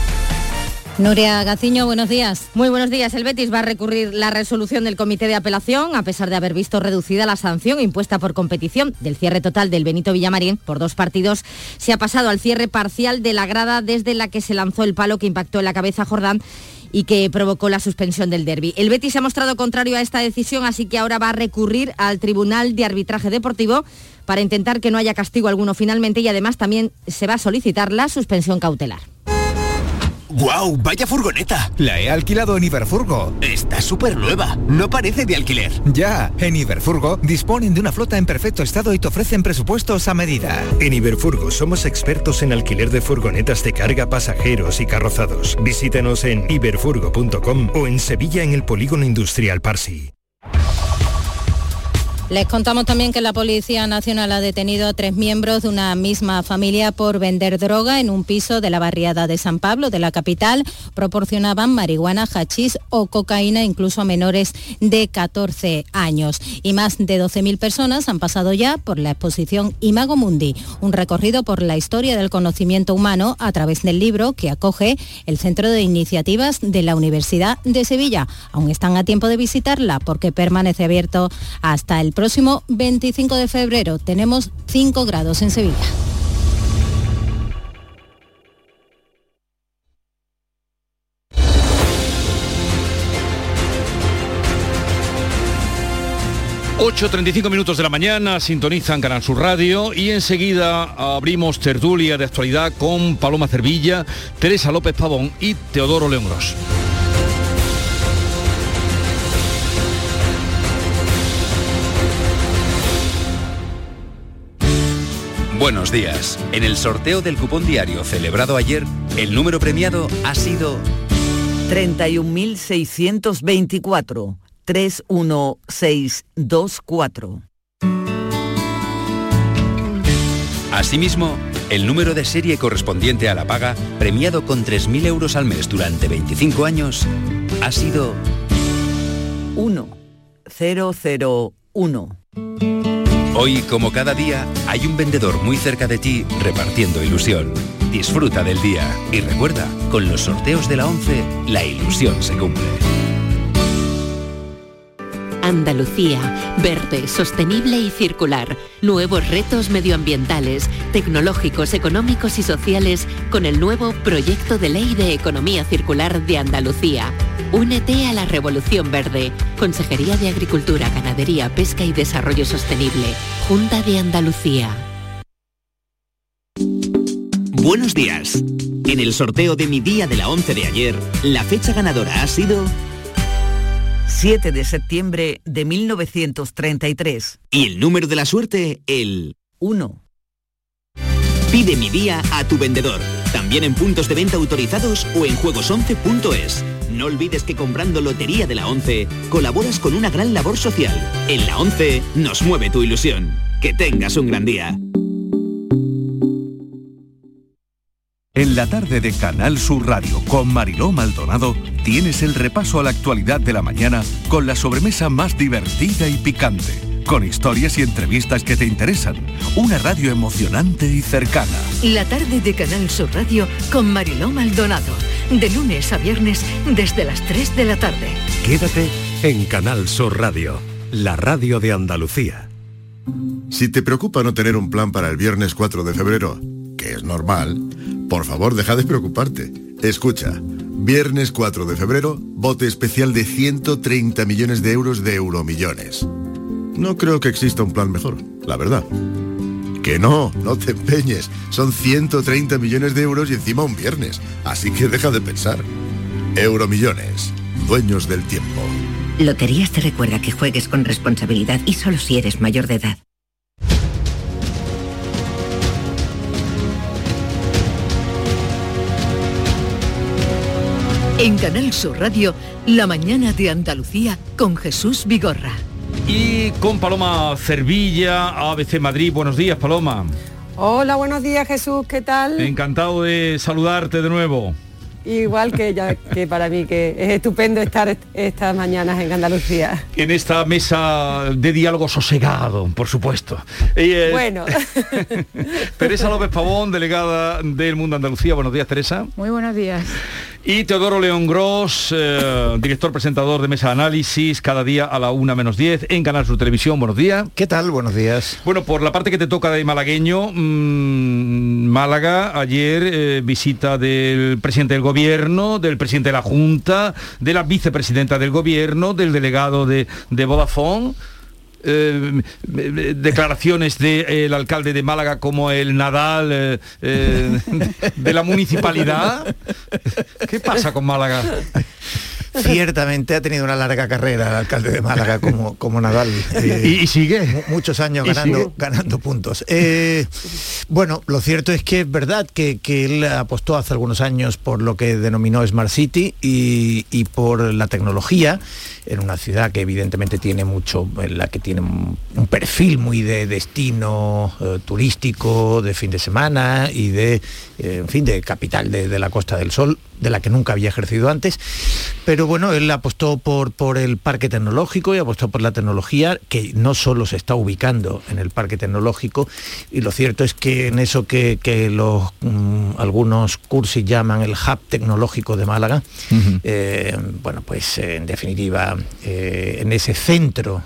Nuria Gaciño, buenos días. Muy buenos días. El Betis va a recurrir la resolución del Comité de Apelación, a pesar de haber visto reducida la sanción impuesta por competición del cierre total del Benito Villamarín por 2 partidos. Se ha pasado al cierre parcial de la grada desde la que se lanzó el palo que impactó en la cabeza a Jordán y que provocó la suspensión del derbi. El Betis se ha mostrado contrario a esta decisión, así que ahora va a recurrir al Tribunal de Arbitraje Deportivo para intentar que no haya castigo alguno finalmente, y además también se va a solicitar la suspensión cautelar. ¡Guau! ¡Vaya furgoneta! La he alquilado en Iberfurgo. Está súper nueva, no parece de alquiler. Ya, en Iberfurgo disponen de una flota en perfecto estado y te ofrecen presupuestos a medida. En Iberfurgo somos expertos en alquiler de furgonetas de carga, pasajeros y carrozados. Visítanos en iberfurgo.com o en Sevilla en el Polígono Industrial Parsi. Les contamos también que la Policía Nacional ha detenido a 3 miembros de una misma familia por vender droga en un piso de la barriada de San Pablo, de la capital. Proporcionaban marihuana, hachís o cocaína incluso a menores de 14 años. Y más de 12.000 personas han pasado ya por la exposición Imago Mundi, un recorrido por la historia del conocimiento humano a través del libro que acoge el Centro de Iniciativas de la Universidad de Sevilla. Aún están a tiempo de visitarla porque permanece abierto hasta el próximo 25 de febrero. Tenemos 5 grados en Sevilla. ...8:35 de la mañana, sintonizan Canal Sur Radio y enseguida abrimos tertulia de actualidad con Paloma Cervilla, Teresa López Pavón y Teodoro León Gros. Buenos días. En el sorteo del cupón diario celebrado ayer, el número premiado ha sido 31.624. 31624. Asimismo, el número de serie correspondiente a la paga, premiado con 3.000 euros al mes durante 25 años, ha sido 1001. Hoy, como cada día, hay un vendedor muy cerca de ti repartiendo ilusión. Disfruta del día y recuerda, con los sorteos de la 11, la ilusión se cumple. Andalucía, verde, sostenible y circular. Nuevos retos medioambientales, tecnológicos, económicos y sociales con el nuevo Proyecto de Ley de Economía Circular de Andalucía. Únete a la Revolución Verde. Consejería de Agricultura, Ganadería, Pesca y Desarrollo Sostenible. Junta de Andalucía. Buenos días. En el sorteo de Mi Día de la 11 de ayer, la fecha ganadora ha sido 7 de septiembre de 1933. Y el número de la suerte, el 1. Pide Mi Día a tu vendedor, también en puntos de venta autorizados o en juegos11.es. No olvides que comprando Lotería de la 11 colaboras con una gran labor social. En la 11 nos mueve tu ilusión. Que tengas un gran día. En la tarde de Canal Sur Radio con Mariló Maldonado tienes el repaso a la actualidad de la mañana con la sobremesa más divertida y picante, con historias y entrevistas que te interesan, una radio emocionante y cercana. La tarde de Canal Sur Radio con Mariló Maldonado, de lunes a viernes desde las 3 de la tarde. Quédate en Canal Sur Radio, la radio de Andalucía. Si te preocupa no tener un plan para el viernes 4 de febrero, que es normal, por favor, deja de preocuparte. Escucha, viernes 4 de febrero, bote especial de 130 millones de euros de Euromillones. No creo que exista un plan mejor, la verdad. Que no te empeñes. Son 130 millones de euros y encima un viernes. Así que deja de pensar. Euromillones, dueños del tiempo. Loterías te recuerda que juegues con responsabilidad y solo si eres mayor de edad. En Canal Sur Radio, la mañana de Andalucía con Jesús Vigorra. Y con Paloma Cervilla, ABC Madrid. Buenos días, Paloma. Hola, buenos días, Jesús, ¿qué tal? Encantado de saludarte de nuevo. Igual que para mí, que es estupendo estar estas mañanas en Andalucía. En esta mesa de diálogo sosegado, por supuesto. Bueno. Teresa López Pavón, delegada del Mundo Andalucía. Buenos días, Teresa. Muy buenos días. Y Teodoro León Gros, director presentador de Mesa de Análisis, cada día a la 1:10 en Canal Sur Televisión. Buenos días. ¿Qué tal? Buenos días. Bueno, por la parte que te toca de malagueño, Málaga, ayer visita del presidente del Gobierno, del presidente de la Junta, de la vicepresidenta del Gobierno, del delegado de Vodafone. Declaraciones del alcalde de Málaga como el Nadal de la municipalidad. ¿Qué pasa con Málaga? Ciertamente ha tenido una larga carrera el alcalde de Málaga como Nadal. ¿Y sigue? Muchos años ganando puntos. Bueno, lo cierto es que es verdad que él apostó hace algunos años por lo que denominó Smart City y por la tecnología en una ciudad que evidentemente tiene mucho, en la que tiene un perfil muy de destino turístico, de fin de semana y de capital de la Costa del Sol, de la que nunca había ejercido antes. Pero bueno, él apostó por el parque tecnológico y apostó por la tecnología, que no solo se está ubicando en el parque tecnológico, y lo cierto es que en eso que algunos cursis llaman el hub tecnológico de Málaga, en definitiva, en ese centro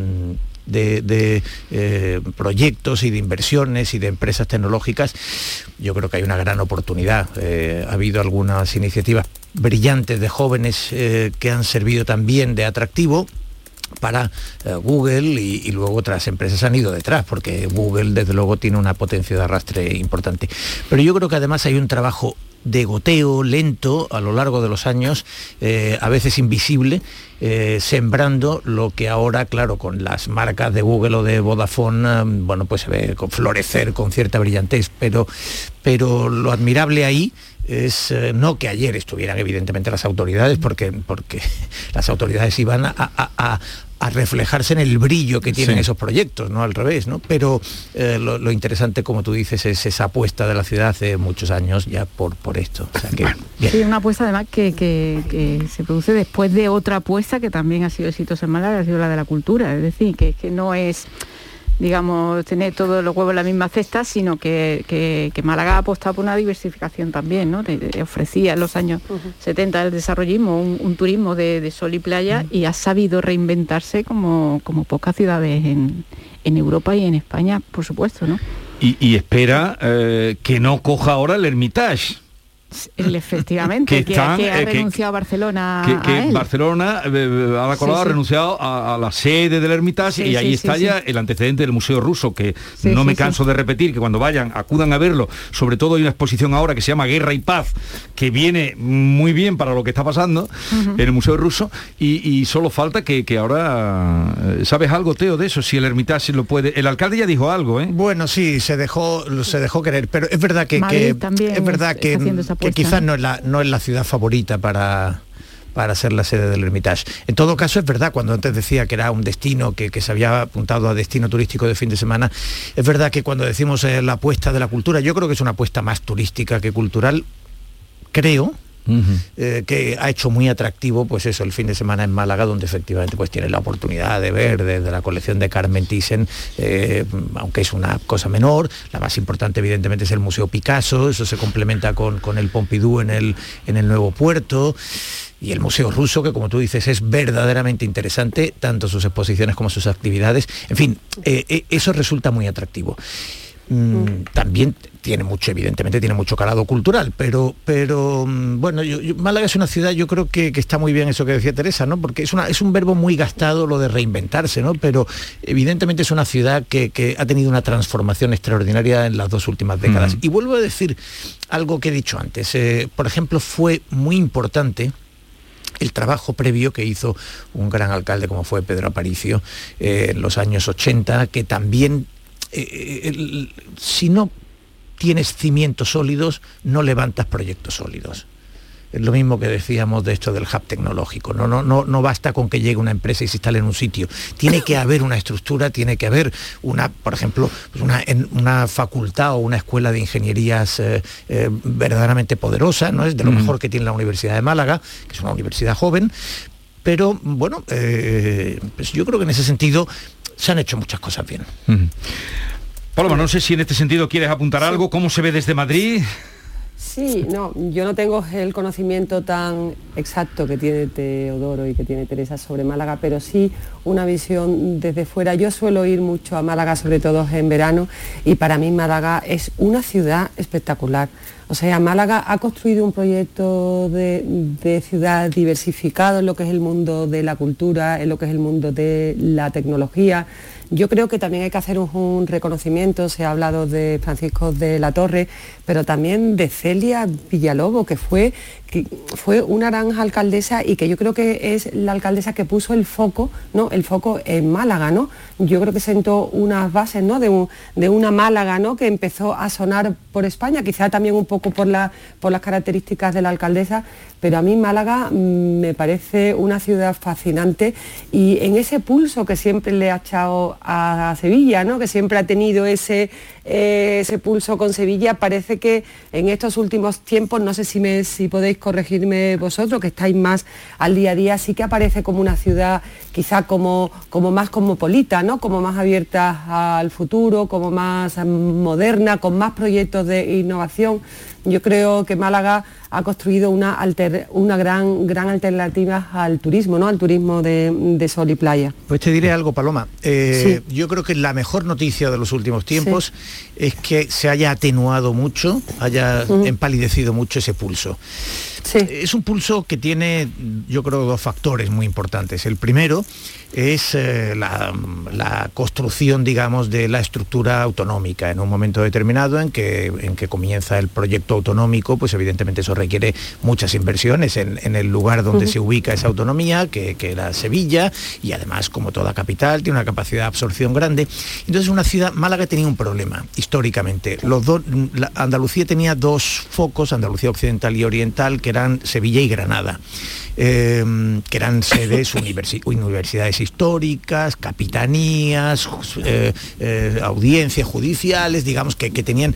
de proyectos y de inversiones y de empresas tecnológicas, yo creo que hay una gran oportunidad. Ha habido algunas iniciativas brillantes de jóvenes que han servido también de atractivo para Google y luego otras empresas han ido detrás, porque Google desde luego tiene una potencia de arrastre importante. Pero yo creo que además hay un trabajo de goteo lento a lo largo de los años, a veces invisible, sembrando lo que ahora, claro, con las marcas de Google o de Vodafone, pues se ve florecer con cierta brillantez, pero lo admirable ahí es no que ayer estuvieran evidentemente las autoridades, porque las autoridades iban a reflejarse en el brillo que tienen esos proyectos, no al revés, ¿no? Pero lo interesante, como tú dices, es esa apuesta de la ciudad hace muchos años ya por esto. O sea que, bien. Sí, una apuesta además que se produce después de otra apuesta que también ha sido exitosa en Málaga, ha sido la de la cultura. Es decir, que no es, digamos, tener todos los huevos en la misma cesta, sino que Málaga ha apostado por una diversificación también, ¿no? Ofrecía en los años 70 el desarrollismo, un turismo de sol y playa, y ha sabido reinventarse como pocas ciudades en Europa y en España, por supuesto, ¿no? Y espera que no coja ahora el Hermitage. Efectivamente, que ha renunciado Barcelona a él. Barcelona ha renunciado a la sede del Hermitage, y ahí está ya el antecedente del Museo Ruso, que no me canso de repetir, que cuando vayan acudan a verlo. Sobre todo hay una exposición ahora que se llama Guerra y Paz, que viene muy bien para lo que está pasando en el Museo Ruso, y solo falta que ahora... ¿Sabes algo, Teo, de eso? Si el Hermitage lo puede... El alcalde ya dijo algo, ¿eh? Bueno, sí, se dejó querer, pero es verdad que quizás no es la ciudad favorita para ser la sede del Hermitage. En todo caso, es verdad, cuando antes decía que era un destino que se había apuntado a destino turístico de fin de semana, es verdad que cuando decimos la apuesta de la cultura, yo creo que es una apuesta más turística que cultural, creo. Que ha hecho muy atractivo pues eso, el fin de semana en Málaga, donde efectivamente pues tiene la oportunidad de ver desde la colección de Carmen Thyssen, aunque es una cosa menor. La más importante evidentemente es el Museo Picasso, eso se complementa con el Pompidou en el nuevo puerto, y el Museo Ruso, que como tú dices es verdaderamente interesante, tanto sus exposiciones como sus actividades. En fin, eso resulta muy atractivo. También evidentemente tiene mucho calado cultural, pero bueno, Málaga es una ciudad, yo creo que está muy bien eso que decía Teresa, ¿no? Porque es un verbo muy gastado lo de reinventarse, ¿no? Pero evidentemente es una ciudad que ha tenido una transformación extraordinaria en las 2 últimas décadas. Y vuelvo a decir algo que he dicho antes. Por ejemplo, fue muy importante el trabajo previo que hizo un gran alcalde como fue Pedro Aparicio en los años 80, que también, si no tienes cimientos sólidos, no levantas proyectos sólidos. Es lo mismo que decíamos de esto del hub tecnológico. No basta con que llegue una empresa y se instale en un sitio. Tiene que haber una estructura, tiene que haber por ejemplo, una facultad o una escuela de ingenierías verdaderamente poderosa, ¿no? Es de lo mejor que tiene la Universidad de Málaga, que es una universidad joven. Pero bueno, pues yo creo que en ese sentido se han hecho muchas cosas bien. Paloma, no sé si en este sentido quieres apuntar algo. ¿Cómo se ve desde Madrid? Sí, no, yo no tengo el conocimiento tan exacto que tiene Teodoro y que tiene Teresa sobre Málaga, pero sí una visión desde fuera. Yo suelo ir mucho a Málaga, sobre todo en verano, y para mí Málaga es una ciudad espectacular. O sea, Málaga ha construido un proyecto de ciudad diversificado en lo que es el mundo de la cultura, en lo que es el mundo de la tecnología. Yo creo que también hay que hacer un reconocimiento, se ha hablado de Francisco de la Torre, pero también de Celia Villalobos, que fue una gran alcaldesa y que yo creo que es la alcaldesa que puso el foco, ¿no? El foco en Málaga, ¿no? Yo creo que sentó unas bases, ¿no? de una Málaga, ¿no? Que empezó a sonar por España, quizá también un poco por las características de la alcaldesa, pero a mí Málaga me parece una ciudad fascinante y en ese pulso que siempre le ha echado a Sevilla, ¿no? Que siempre ha tenido ese pulso con Sevilla, parece que en estos últimos tiempos, no sé si podéis corregirme vosotros, que estáis más al día a día, sí que aparece como una ciudad quizá como más cosmopolita, ¿no? Como más abierta al futuro, como más moderna, con más proyectos de innovación. Yo creo que Málaga ha construido una gran alternativa al turismo, ¿no? Al turismo de sol y playa. Pues te diré algo, Paloma. Sí. Yo creo que la mejor noticia de los últimos tiempos es que se haya atenuado mucho, haya empalidecido mucho ese pulso. Sí. Es un pulso que tiene, yo creo, dos factores muy importantes. El primero es la construcción, digamos, de la estructura autonómica. En un momento determinado en que comienza el proyecto autonómico, pues evidentemente eso requiere muchas inversiones en el lugar donde se ubica esa autonomía, que era Sevilla, y además, como toda capital, tiene una capacidad de absorción grande. Entonces, Málaga tenía un problema, históricamente. Andalucía tenía dos focos, Andalucía occidental y oriental, que eran Sevilla y Granada. Que eran sedes, universidades históricas, capitanías, audiencias judiciales, digamos, que tenían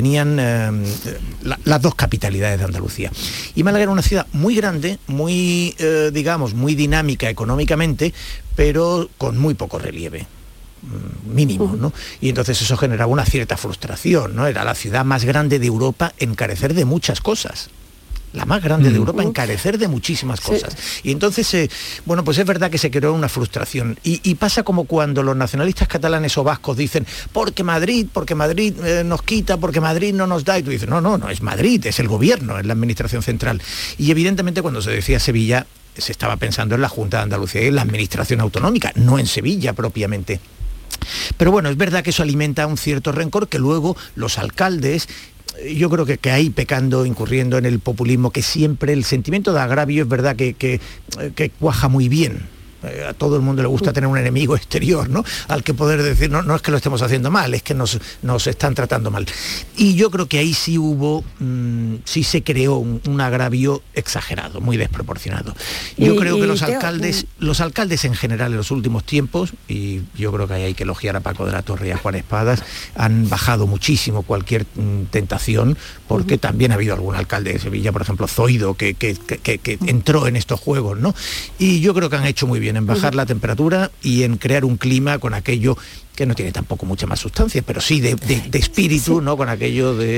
las dos capitalidades de Andalucía. Y Málaga era una ciudad muy grande, muy, muy dinámica económicamente, pero con muy poco relieve mínimo, ¿no? Y entonces eso generaba una cierta frustración, ¿no? Era la ciudad más grande de Europa en carecer de muchas cosas. La más grande de Europa, en carecer de muchísimas cosas. Y entonces, pues es verdad que se creó una frustración. Y pasa como cuando los nacionalistas catalanes o vascos dicen, porque Madrid nos quita, porque Madrid no nos da. Y tú dices, no es Madrid, es el gobierno, es la administración central. Y evidentemente cuando se decía Sevilla, se estaba pensando en la Junta de Andalucía y en la administración autonómica, no en Sevilla propiamente. Pero bueno, es verdad que eso alimenta un cierto rencor que luego los alcaldes, yo creo que ahí incurriendo en el populismo, que siempre el sentimiento de agravio es verdad que cuaja muy bien. A todo el mundo le gusta tener un enemigo exterior, ¿no? Al que poder decir, no es que lo estemos haciendo mal, es que nos están tratando mal. Y yo creo que ahí sí sí se creó un agravio exagerado, muy desproporcionado. Yo creo que los alcaldes en general en los últimos tiempos, y yo creo que ahí hay que elogiar a Paco de la Torre y a Juan Espadas, han bajado muchísimo cualquier tentación, porque también ha habido algún alcalde de Sevilla, por ejemplo, Zoido, que entró en estos juegos, ¿no? Y yo creo que han hecho muy bien en bajar la temperatura y en crear un clima con aquello que no tiene tampoco mucha más sustancia, pero sí de espíritu, ¿no? Con aquello de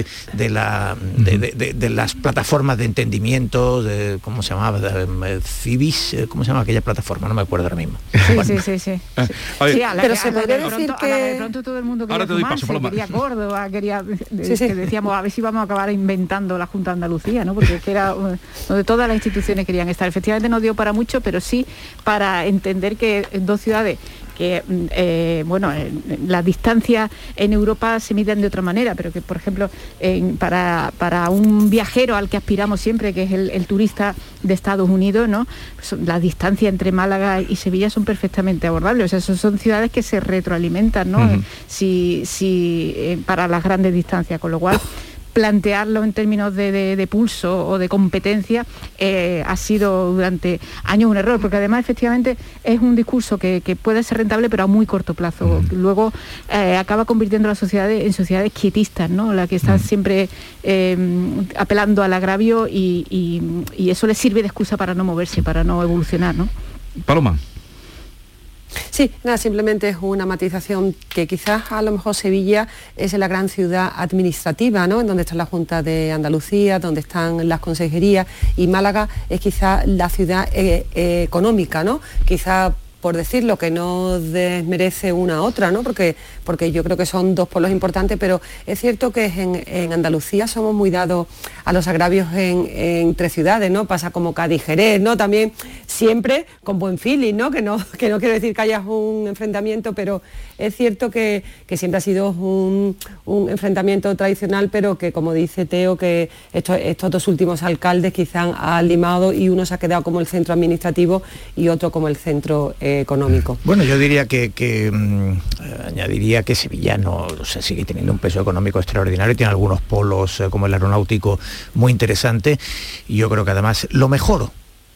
las plataformas de entendimiento, ¿cómo se llamaba? Cibis, ¿cómo se llama aquella plataforma? No me acuerdo ahora mismo. Sí. Pero se podría decir que... De pronto todo el mundo quería sumarse, quería Córdoba, que decíamos, a ver si vamos a acabar inventando la Junta de Andalucía, ¿no? Porque es que era donde todas las instituciones querían estar. Efectivamente no dio para mucho, pero sí para entender que dos ciudades que las distancias en Europa se miden de otra manera, pero que, por ejemplo, para un viajero al que aspiramos siempre, que es el turista de Estados Unidos, ¿no? Las distancias entre Málaga y Sevilla son perfectamente abordables. O sea, son ciudades que se retroalimentan, ¿no? Para las grandes distancias, con lo cual plantearlo en términos de pulso o de competencia ha sido durante años un error, porque además efectivamente es un discurso que puede ser rentable pero a muy corto plazo. Luego acaba convirtiendo las sociedades en sociedades quietistas, ¿no? La que están siempre apelando al agravio y eso les sirve de excusa para no moverse, para no evolucionar, ¿no? Paloma. Sí, nada, simplemente es una matización que quizás a lo mejor Sevilla es la gran ciudad administrativa, ¿no? En donde está la Junta de Andalucía, donde están las consejerías, y Málaga es quizás la ciudad económica, ¿no? Quizás por decirlo, que no desmerece una a otra, ¿no? Porque yo creo que son dos polos importantes, pero es cierto que en Andalucía somos muy dados a los agravios entre ciudades, ¿no? Pasa como Cádiz, Jerez, ¿no? También siempre con buen feeling, ¿no? Que no quiero decir que haya un enfrentamiento, pero es cierto que siempre ha sido un enfrentamiento tradicional, pero que, como dice Teo, que estos dos últimos alcaldes quizás han limado y uno se ha quedado como el centro administrativo y otro como el centro económico. Bueno, yo diría que añadiría que Sevilla sigue teniendo un peso económico extraordinario, tiene algunos polos como el aeronáutico muy interesante, y yo creo que además lo mejor,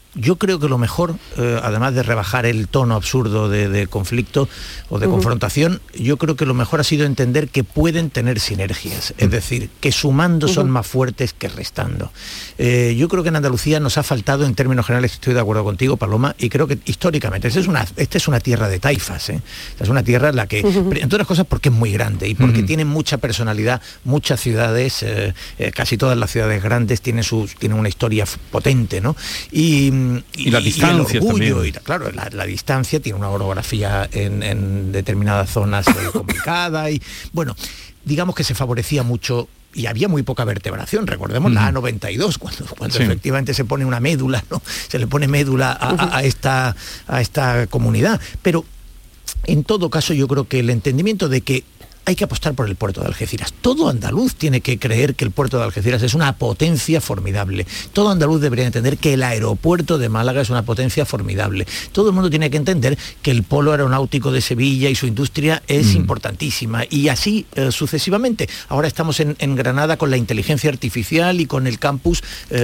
además de rebajar el tono absurdo de conflicto o de confrontación, yo creo que lo mejor ha sido entender que pueden tener sinergias, es decir, que sumando son más fuertes que restando. Yo creo que en Andalucía nos ha faltado, en términos generales, estoy de acuerdo contigo, Paloma, y creo que históricamente, esta es una tierra de taifas, esta es una tierra en la que, entre otras cosas, porque es muy grande y porque tiene mucha personalidad, muchas ciudades, casi todas las ciudades grandes tienen una historia potente, ¿no? Y la distancia y el orgullo, también. Claro, la distancia tiene una orografía en determinadas zonas complicada, y bueno, digamos que se favorecía mucho y había muy poca vertebración. Recordemos la A92, cuando efectivamente se pone una médula, ¿no? Se le pone médula a esta comunidad. Pero en todo caso yo creo que el entendimiento de que hay que apostar por el puerto de Algeciras. Todo andaluz tiene que creer que el puerto de Algeciras es una potencia formidable. Todo andaluz debería entender que el aeropuerto de Málaga es una potencia formidable. Todo el mundo tiene que entender que el polo aeronáutico de Sevilla y su industria es importantísima. Y así sucesivamente. Ahora estamos en Granada con la inteligencia artificial y con el campus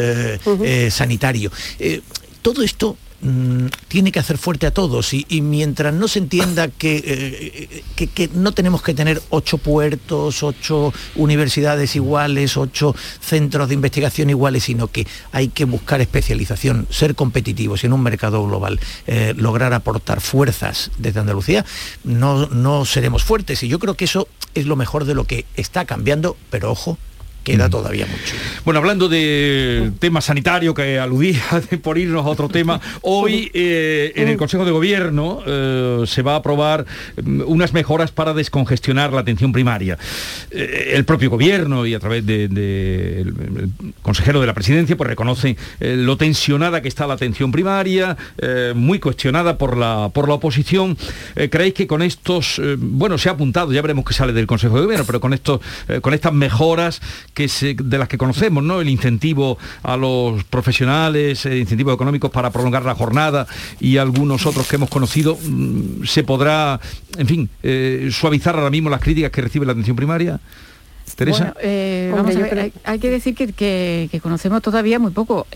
sanitario. Todo esto tiene que hacer fuerte a todos, y mientras no se entienda que no tenemos que tener 8 puertos, 8 universidades iguales, 8 centros de investigación iguales, sino que hay que buscar especialización, ser competitivos y en un mercado global lograr aportar fuerzas desde Andalucía, no seremos fuertes. Y yo creo que eso es lo mejor de lo que está cambiando, pero ojo, queda todavía mucho. Bueno, hablando de tema sanitario que aludía, por irnos a otro tema, hoy en el Consejo de Gobierno se va a aprobar unas mejoras para descongestionar la atención primaria. El propio Gobierno, y a través del consejero de la Presidencia, pues reconoce lo tensionada que está la atención primaria, muy cuestionada por la oposición. ¿Creéis que con estos, se ha apuntado, ya veremos qué sale del Consejo de Gobierno, pero con estas mejoras de las que conocemos, ¿no? El incentivo a los profesionales, incentivos económicos para prolongar la jornada y algunos otros que hemos conocido, ¿se podrá, en fin, suavizar ahora mismo las críticas que recibe la atención primaria? Teresa. Bueno, vamos a ver, hay que decir que conocemos todavía muy poco.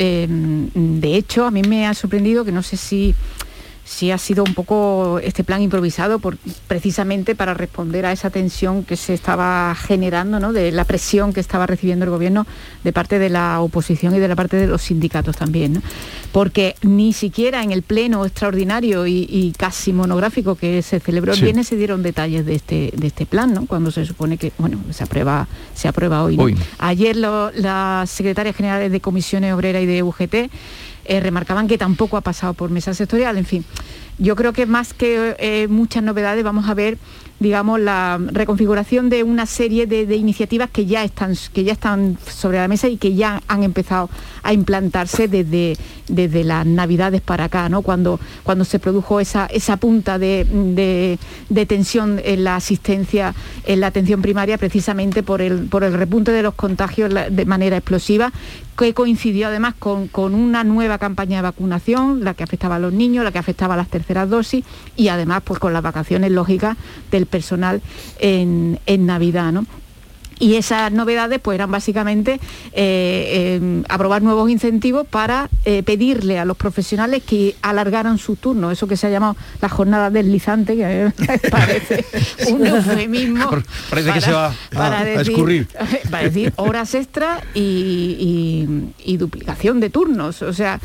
De hecho, a mí me ha sorprendido, que no sé si ha sido un poco este plan improvisado precisamente para responder a esa tensión que se estaba generando, ¿no? De la presión que estaba recibiendo el Gobierno de parte de la oposición y de la parte de los sindicatos también, ¿no? Porque ni siquiera en el pleno extraordinario y casi monográfico que se celebró el viernes se dieron detalles de este plan, ¿no? Cuando se supone que se aprueba hoy, ¿no? Ayer las secretarias generales de Comisiones Obreras y de UGT remarcaban que tampoco ha pasado por mesa sectorial. En fin, yo creo que más que muchas novedades vamos a ver, digamos, la reconfiguración de una serie de iniciativas que ya están sobre la mesa y que ya han empezado a implantarse desde las Navidades para acá, ¿no? Cuando se produjo esa punta de tensión en la asistencia, en la atención primaria, precisamente por el repunte de los contagios de manera explosiva, que coincidió además con una nueva campaña de vacunación, la que afectaba a los niños, la que afectaba a las terceras dosis, y además pues con las vacaciones lógicas del personal en Navidad, ¿no? Y esas novedades pues eran básicamente aprobar nuevos incentivos para pedirle a los profesionales que alargaran su turno, eso que se ha llamado la jornada deslizante, que me parece un eufemismo. Parece que se va a escurrir. Para decir horas extras y duplicación de turnos, o sea.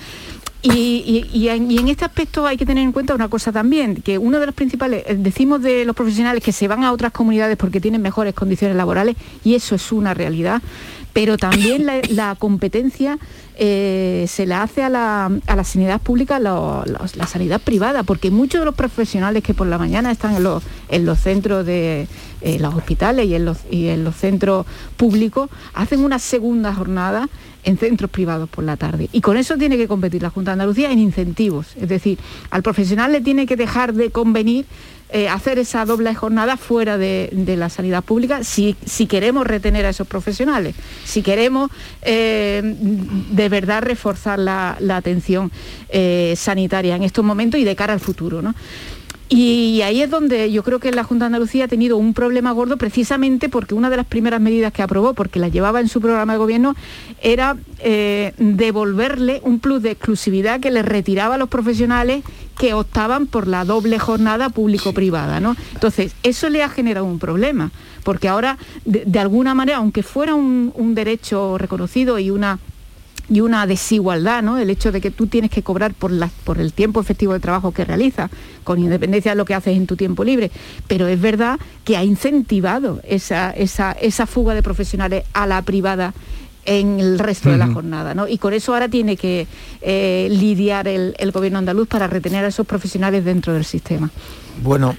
Y en este aspecto hay que tener en cuenta una cosa también, que uno de los principales, decimos de los profesionales que se van a otras comunidades porque tienen mejores condiciones laborales, y eso es una realidad, pero también la competencia se la hace a la sanidad pública, la sanidad privada, porque muchos de los profesionales que por la mañana están en los centros de los hospitales y en los centros públicos hacen una segunda jornada en centros privados por la tarde. Y con eso tiene que competir la Junta de Andalucía en incentivos. Es decir, al profesional le tiene que dejar de convenir hacer esa doble jornada fuera de la sanidad pública si queremos retener a esos profesionales, si queremos de verdad reforzar la atención sanitaria en estos momentos y de cara al futuro, ¿no? Y ahí es donde yo creo que la Junta de Andalucía ha tenido un problema gordo, precisamente porque una de las primeras medidas que aprobó, porque la llevaba en su programa de gobierno, era devolverle un plus de exclusividad que le retiraba a los profesionales que optaban por la doble jornada público-privada, ¿no? Entonces, eso le ha generado un problema, porque ahora, de alguna manera, aunque fuera un derecho reconocido y una desigualdad, ¿no? El hecho de que tú tienes que cobrar por el tiempo efectivo de trabajo que realizas, con independencia de lo que haces en tu tiempo libre, pero es verdad que ha incentivado esa fuga de profesionales a la privada en el resto de la jornada, ¿no? Y con eso ahora tiene que lidiar el gobierno andaluz para retener a esos profesionales dentro del sistema. Bueno,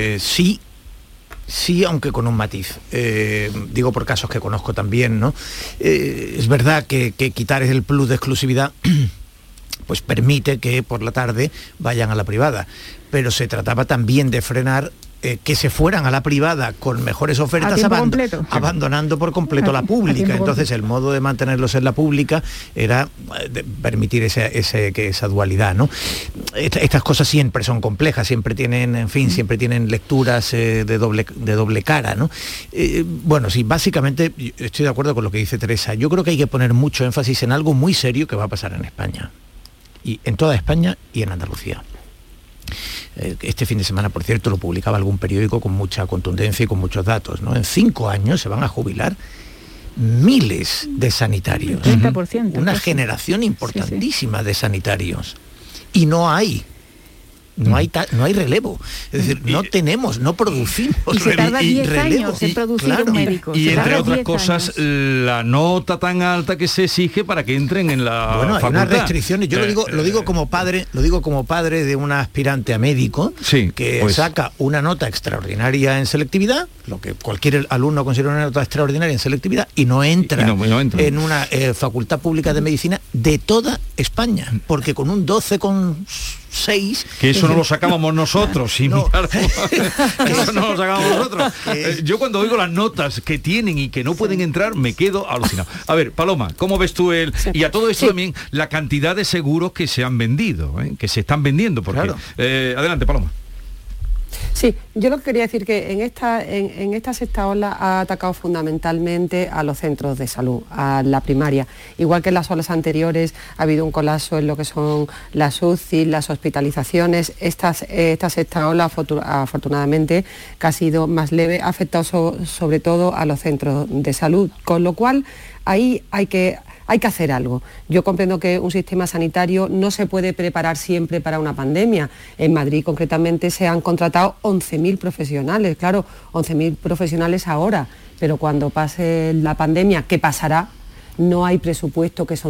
sí, aunque con un matiz. Digo por casos que conozco también, ¿no? Es verdad que quitar el plus de exclusividad pues permite que por la tarde vayan a la privada, pero se trataba también de frenar que se fueran a la privada con mejores ofertas abandonando por completo la pública. Entonces el modo de mantenerlos en la pública era permitir esa dualidad, ¿no? Estas cosas siempre son complejas, siempre tienen, en fin, siempre tienen lecturas de doble cara, ¿no? Bueno, sí, básicamente estoy de acuerdo con lo que dice Teresa. Yo creo que hay que poner mucho énfasis en algo muy serio que va a pasar en España, y en toda España y en Andalucía. Este fin de semana, por cierto, lo publicaba algún periódico con mucha contundencia y con muchos datos, ¿no? En 5 años se van a jubilar miles de sanitarios. 30%. Una generación importantísima de sanitarios. Y no hay relevo. Es decir, no producimos y se tarda 10 años en producir un médico. Y entre otras cosas, la nota tan alta que se exige para que entren en la facultad. Hay unas restricciones. Yo lo digo como padre de una aspirante a médico que saca una nota extraordinaria en selectividad, lo que cualquier alumno considera una nota extraordinaria en selectividad, y no entra en una facultad pública de medicina de toda España, porque con un 12,6... Que eso no lo sacábamos nosotros, sin embargo. Eso no lo sacábamos nosotros. Yo cuando oigo las notas que tienen y que no pueden entrar, me quedo alucinado. A ver, Paloma, ¿cómo ves tú y a todo esto también la cantidad de seguros que se han vendido, que se están vendiendo? Porque, adelante, Paloma. Sí, yo lo que quería decir que en esta sexta ola ha atacado fundamentalmente a los centros de salud, a la primaria. Igual que en las olas anteriores ha habido un colapso en lo que son las UCI, las hospitalizaciones. Esta sexta ola, afortunadamente, que ha sido más leve, ha afectado sobre todo a los centros de salud, con lo cual ahí hay que hacer algo. Yo comprendo que un sistema sanitario no se puede preparar siempre para una pandemia. En Madrid, concretamente, se han contratado 11.000 profesionales. Claro, 11.000 profesionales ahora, pero cuando pase la pandemia, ¿qué pasará? No hay presupuesto que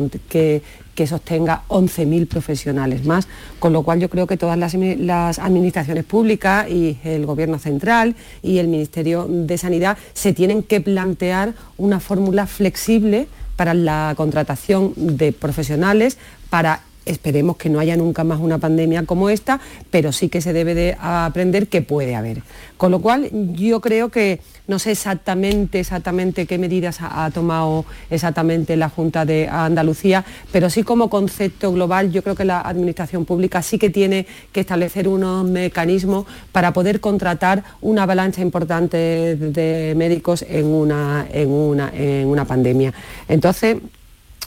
sostenga 11.000 profesionales más, con lo cual yo creo que todas las administraciones públicas y el Gobierno central y el Ministerio de Sanidad se tienen que plantear una fórmula flexible para la contratación de profesionales, para, esperemos que no haya nunca más una pandemia como esta, pero sí que se debe de aprender que puede haber. Con lo cual yo creo que no sé exactamente qué medidas ha tomado exactamente la Junta de Andalucía, pero sí como concepto global yo creo que la administración pública sí que tiene que establecer unos mecanismos para poder contratar una avalancha importante de médicos en una pandemia. Entonces,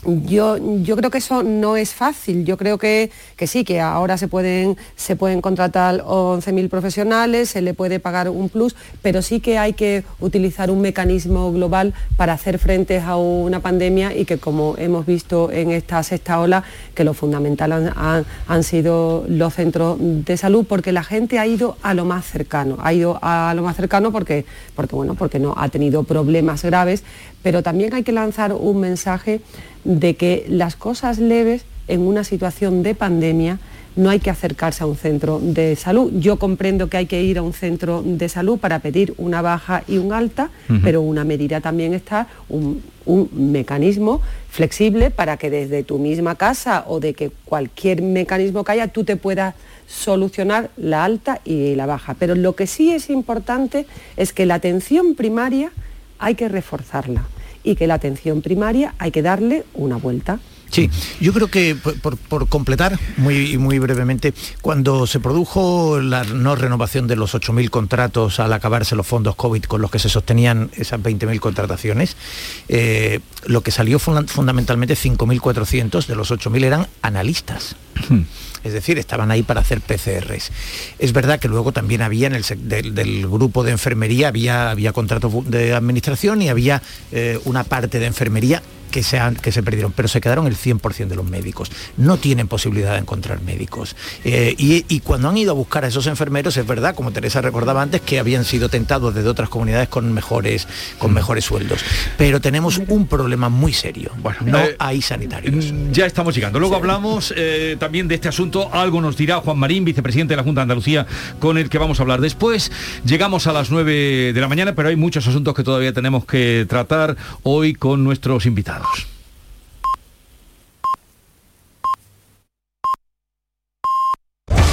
Yo creo que eso no es fácil. Yo creo que sí, que ahora se pueden contratar 11.000 profesionales, se le puede pagar un plus, pero sí que hay que utilizar un mecanismo global para hacer frente a una pandemia y que, como hemos visto en esta sexta ola, que lo fundamental han sido los centros de salud, porque la gente ha ido a lo más cercano. Porque no ha tenido problemas graves, pero también hay que lanzar un mensaje de que las cosas leves en una situación de pandemia no hay que acercarse a un centro de salud. Yo comprendo que hay que ir a un centro de salud para pedir una baja y un alta, pero una medida también está, un mecanismo flexible para que desde tu misma casa o de que cualquier mecanismo que haya tú te puedas solucionar la alta y la baja. Pero lo que sí es importante es que la atención primaria hay que reforzarla y que la atención primaria hay que darle una vuelta. Sí, yo creo que por completar muy brevemente, cuando se produjo la no renovación de los 8.000 contratos al acabarse los fondos COVID con los que se sostenían esas 20.000 contrataciones, lo que salió fundamentalmente 5.400 de los 8.000 eran analistas. Es decir, estaban ahí para hacer PCRs. Es verdad que luego también había en del grupo de enfermería, había contratos de administración y había una parte de enfermería que se perdieron, pero se quedaron el 100% de los médicos. No tienen posibilidad de encontrar médicos. Y cuando han ido a buscar a esos enfermeros, es verdad, como Teresa recordaba antes, que habían sido tentados desde otras comunidades con mejores sueldos. Pero tenemos un problema muy serio. Bueno, no hay sanitarios. Ya estamos llegando. Luego hablamos también de este asunto. Algo nos dirá Juan Marín, vicepresidente de la Junta de Andalucía, con el que vamos a hablar después. Llegamos a las 9 de la mañana, pero hay muchos asuntos que todavía tenemos que tratar hoy con nuestros invitados.